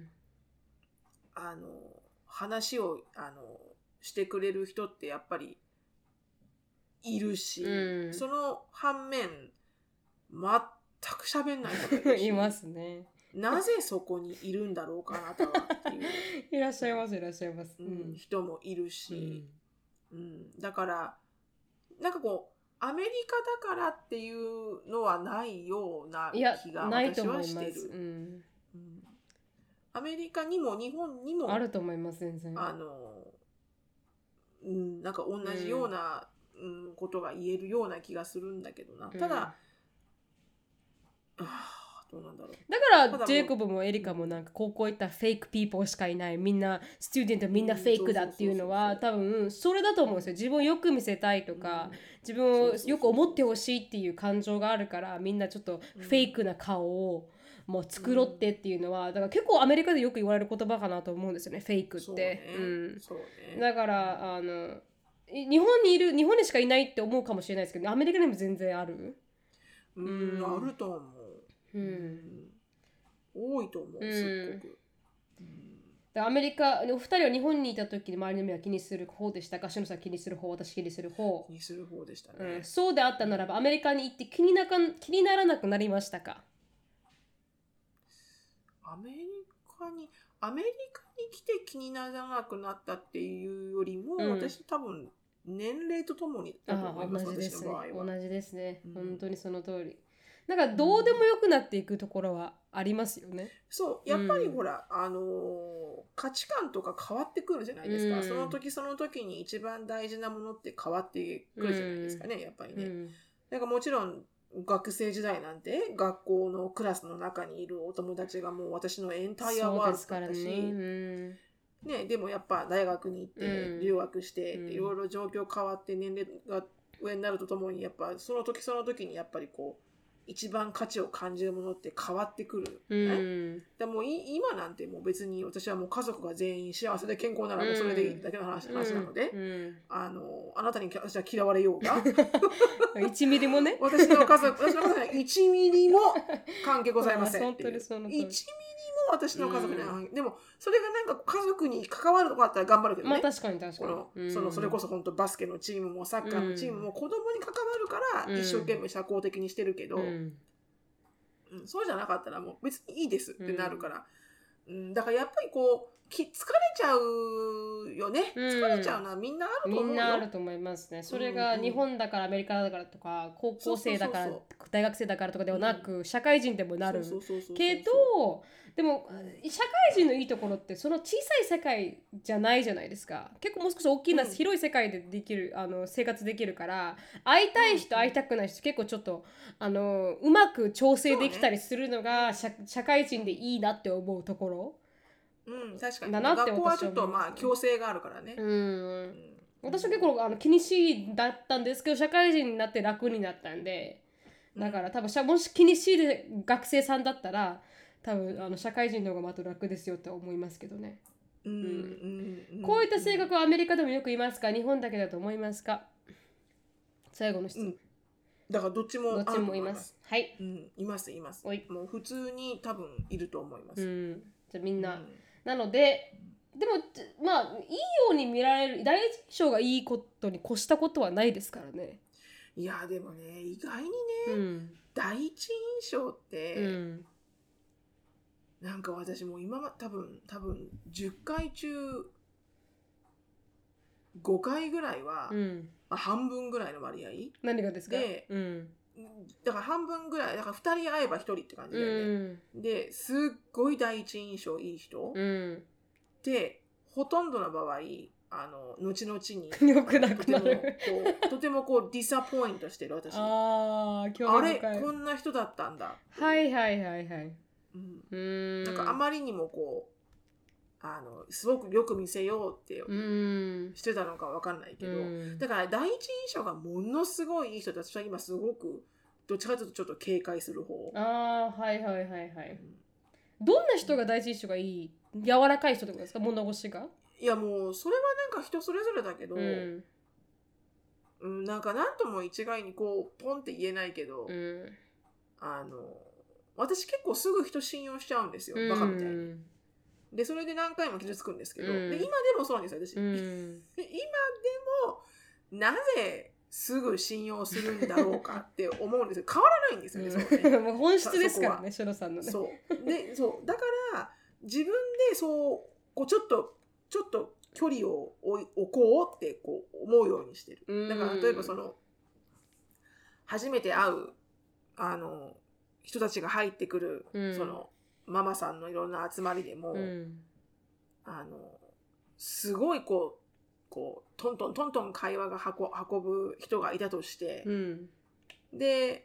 話をしてくれる人ってやっぱりいるし、その反面全く喋んない人がいるしいますね。 なぜそこにいるんだろうか、あなたはっていういらっしゃいますいらっしゃいます、 人もいるし、だからなんかこうアメリカだからっていうのはないような気が私はしてる。アメリカにも日本にもあると思います。全然なんか同じような、ことが言えるような気がするんだけどな。ただ、どうなんだろう。 だからジェイコブもエリカもなんか高校行ったらフェイクピーポーしかいない、みんなスチューデントみんなフェイクだっていうのは多分それだと思うんですよ。自分をよく見せたいとか、自分をよく思ってほしいっていう感情があるから、みんなちょっとフェイクな顔をもう作ろってっていうのは、だから結構アメリカでよく言われる言葉かなと思うんですよね、フェイクって。だから日本にしかいないって思うかもしれないですけど、アメリカでも全然ある。 あると思う。多いと思う、すっごく。 アメリカ、お二人は日本にいた時に周りの目は気にする方でしたか？しのさん気にする方、私気にする方。 気にする方でしたね。 そうであったならば、アメリカに行って気にならなくなりましたか？ アメリカに来て気にならなくなったっていうよりも、私多分年齢とともにだと思います。 同じですね。 私の場合は同じですね。本当にその通り。なんかどうでもよくなっていくところはありますよね。 そうやっぱりほら、価値観とか変わってくるじゃないですか。その時その時に一番大事なものって変わってくるじゃないですかね、やっぱりね。なんかもちろん学生時代なんて学校のクラスの中にいるお友達がもう私のエンタイアワールドだったし、でもやっぱ大学に行って留学して、いろいろ状況変わって年齢が上になるとともにやっぱその時その時にやっぱりこう一番価値を感じるものって変わってくる、でも今なんてもう別に私はもう家族が全員幸せで健康ならもうそれでいいだけの話なので、あなたに私は嫌われようが 1ミリもね私の家族には1ミリも関係ございませんっていう。1ミリも私の家族には、でもそれがなんか家族に関わるとこあったら頑張るけどね。 確かにそれこそ本当バスケのチームもサッカーのチームも子供に関わるから一生懸命社交的にしてるけど、そうじゃなかったらもう別にいいですってなるから、だからやっぱりこう疲れちゃうよね。疲れちゃうのはみんなあると思うよ。 みんなあると思いますね。それが日本だからアメリカだからとか高校生だから大学生だからとかではなく、社会人でもなるけど、でも社会人のいいところってその小さい世界じゃないじゃないですか。結構もう少し大きな広い世界でできる生活できるから、会いたい人会いたくない人結構ちょっとうまく調整できたりするのが社会人でいいなって思うところ。 確かに学校はちょっと強制があるからね。 私は結構気にしいだったんですけど、社会人になって楽になったんで、だから多分もし気にしいで学生さんだったら多分社会人の方がまた楽ですよって思いますけどね。こういった性格はアメリカでもよくいますか？日本だけだと思いますか？最後の質問。 だからどっちもいます。はい。 います。もう普通に多分いると思います。 じゃあみんな。なので、でもまあいいように見られる第一印象がいいことに越したことはないですからね。 いやでもね、意外にね、第一印象って、なんか私も今は多分10回中5回ぐらいは、半分ぐらいの割合。 何がですか？ で、だから半分ぐらい、だから2人会えば1人って感じだよね。ですっごい第一印象いい人、ってほとんどの場合後々によくなくなるとてもこうディサポイントしてる私。 あれこんな人だったんだ。 はいはいはいはい。 なんかあまりにもこうすごくよく見せようってしてたのかわかんないけど、だから第一印象がものすごいいい人で、私は今すごくどっちかというとちょっと警戒する方。 はいはいはいはい。どんな人が第一印象がいい？柔らかい人ってことですか？物腰が？ いやもうそれはなんか人それぞれだけど、なんか何とも一概にこうポンって言えないけど、私結構すぐ人信用しちゃうんですよ、バカみたいに。でそれで何回も傷つくんですけど、で今でもそうなんですよ私。今でもなぜすぐ信用するんだろうかって思うんですよ。変わらないんですよね。そうねもう本質ですからね、シロさんのね。 そうだから自分でそうこうちょっと距離を置こうってこう思うようにしてる。だから例えば初めて会う人たちが入ってくる、そのママさんのいろんな集まりでも、すごいこうトントン会話が運ぶ人がいたとして、で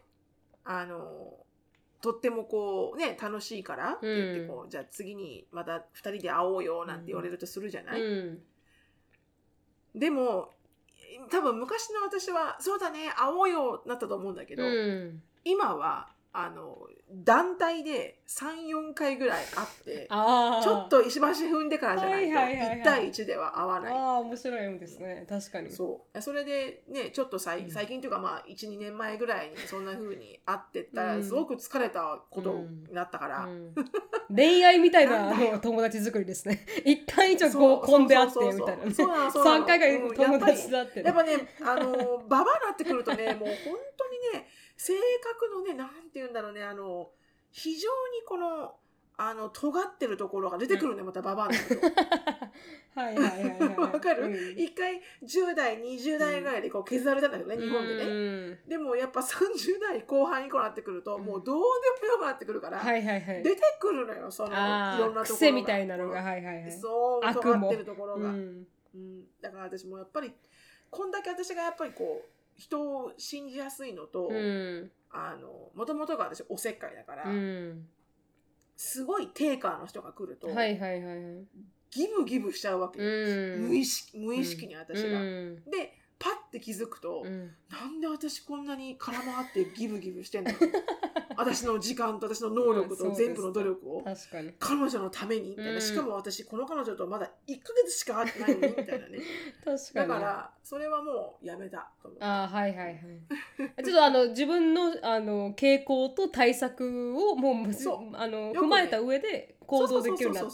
とってもこうね楽しいからって言ってこう、じゃあ次にまた2人で会おうよなんて言われるとするじゃない、でも多分昔の私はそうだね会おうよなったと思うんだけど、今は団体で 3,4 回ぐらい会ってちょっと石橋踏んでからじゃないと1対1では会わない。 面白いですね。確かにそれでねちょっと最近というかまあ 1,2 年前ぐらいにそんな風に会ってったらすごく疲れたことになったから、 恋愛みたいな友達作りですね。1回以上合コンで会ってみたいな、3回ぐらい友達だってやっぱねババアになってくるとねもう本当にね性格のねなんて言うんだろうね非常にこの尖ってるところが出てくるね、またババアになるとはいはいはいはいわかる、一回10代20代ぐらいでこう削られたんだけどね、日本でね、でもやっぱ30代後半以降になってくると、もうどうでもよくなってくるから、出てくるのよそのいろんなところが癖みたいなのがそう尖ってるところが、だから私もやっぱりこんだけ私がやっぱりこう人を信じやすいのと、もともとが私おせっかいだから、すごいテイカーの人が来ると、ギブギブしちゃうわけよ、無意識に私が、でパッて気づくと、なんで私こんなに空回ってギブギブしてんの私の時間と私の能力と全部の努力を彼女のためにみたいな、しかも私この彼女とまだ1ヶ月しか会ってないのにみたいなねだからそれはもうやめたと思う。 ちょっと自分の傾向と対策をもう踏まえた上で行動できるようになった。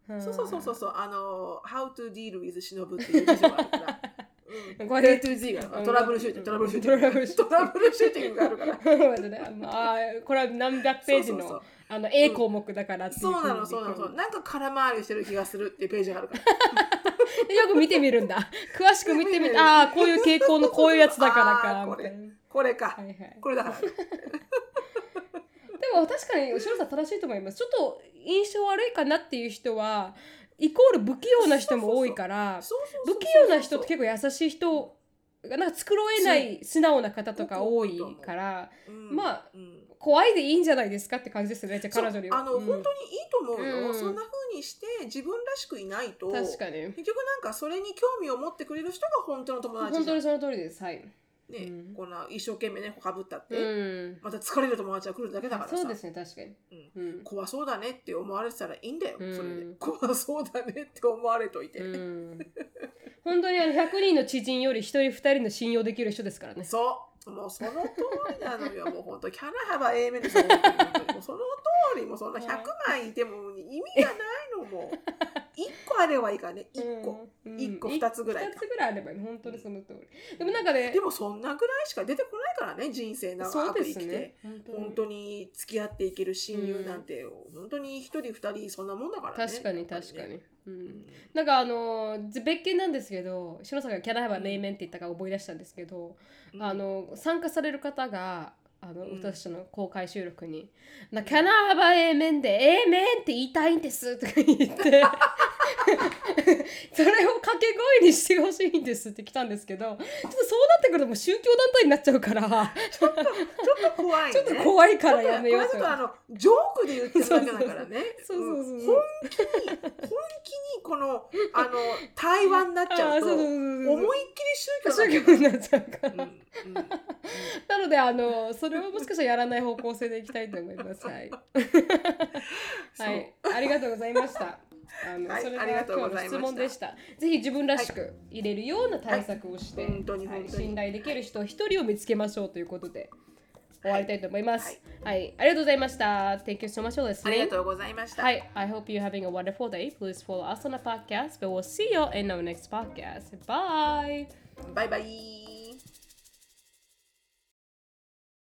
How to deal with しのぶっていう辞書があるからこれ A to Z がトラブルシューティングがあるからこれは何百ページのA 項目だからっていうそうなのなんか空回りしてる気がするっていうページがあるからよく見てみるんだ、詳しく見てみてこういう傾向のこういうやつだからかこれか、これだからでも確かに後ろさん正しいと思います。ちょっと印象悪いかなっていう人はイコール不器用な人も多いから、不器用な人って結構優しい人がなんか繕えない素直な方とか多いから、まあ怖いでいいんじゃないですかって感じですね。じゃあ彼女には本当にいいと思うよ、そんな風にして自分らしくいないと確かに結局なんかそれに興味を持ってくれる人が本当の友達じゃん。 本当にその通りです。 こんな一生懸命ねかぶったって、また疲れる友達が来るだけだからさ。 そうですね、確かに、 怖そうだねって思われてたらいいんだよ、それで怖そうだねって思われといて、 本当に100人の知人より1人2人の信用できる人ですからね。 もうその通りなのよもう本当キャラ幅 A 面ですよもうその通り、もうそんな100枚いても意味がないのも1個あればいいからね、1個2つぐらい 2つぐらいあれば本当にその通り、でもなんかねでもそんなぐらいしか出てこないからね、人生長く生きて、本当に付き合っていける親友なんて、本当に1人2人そんなもんだからね。 確かになんか別件なんですけど、しのさんがキャラ幅ネイメンって言ったから思い出したんですけど、参加される方が私の公開収録にキャナーバ A 面で A 面って言いたいんですとか言ってそれを掛け声にしてほしいんですって来たんですけど、ちょっとそうなってくるともう宗教団体になっちゃうからちょっと怖いね。 ちょっと怖いからやめようと。 これちょっとジョークで言ってるだけだからね。本気にこの対話になっちゃうと思いっきり宗教になっちゃうから。なのでそれをもしかしたらやらない方向性でいきたいと思います。はい。はい、ありがとうございました。それが今日の質問でした。ぜひ自分らしく入れるような対策をして、信頼できる人一人を見つけましょうということで終わりたいと思います。はい、ありがとうございました。Thank you so much for listening. ありがとうございました。 はい、I hope you're having a wonderful day. Please follow us on the podcast, but we'll see you in our next podcast. Bye. Bye bye.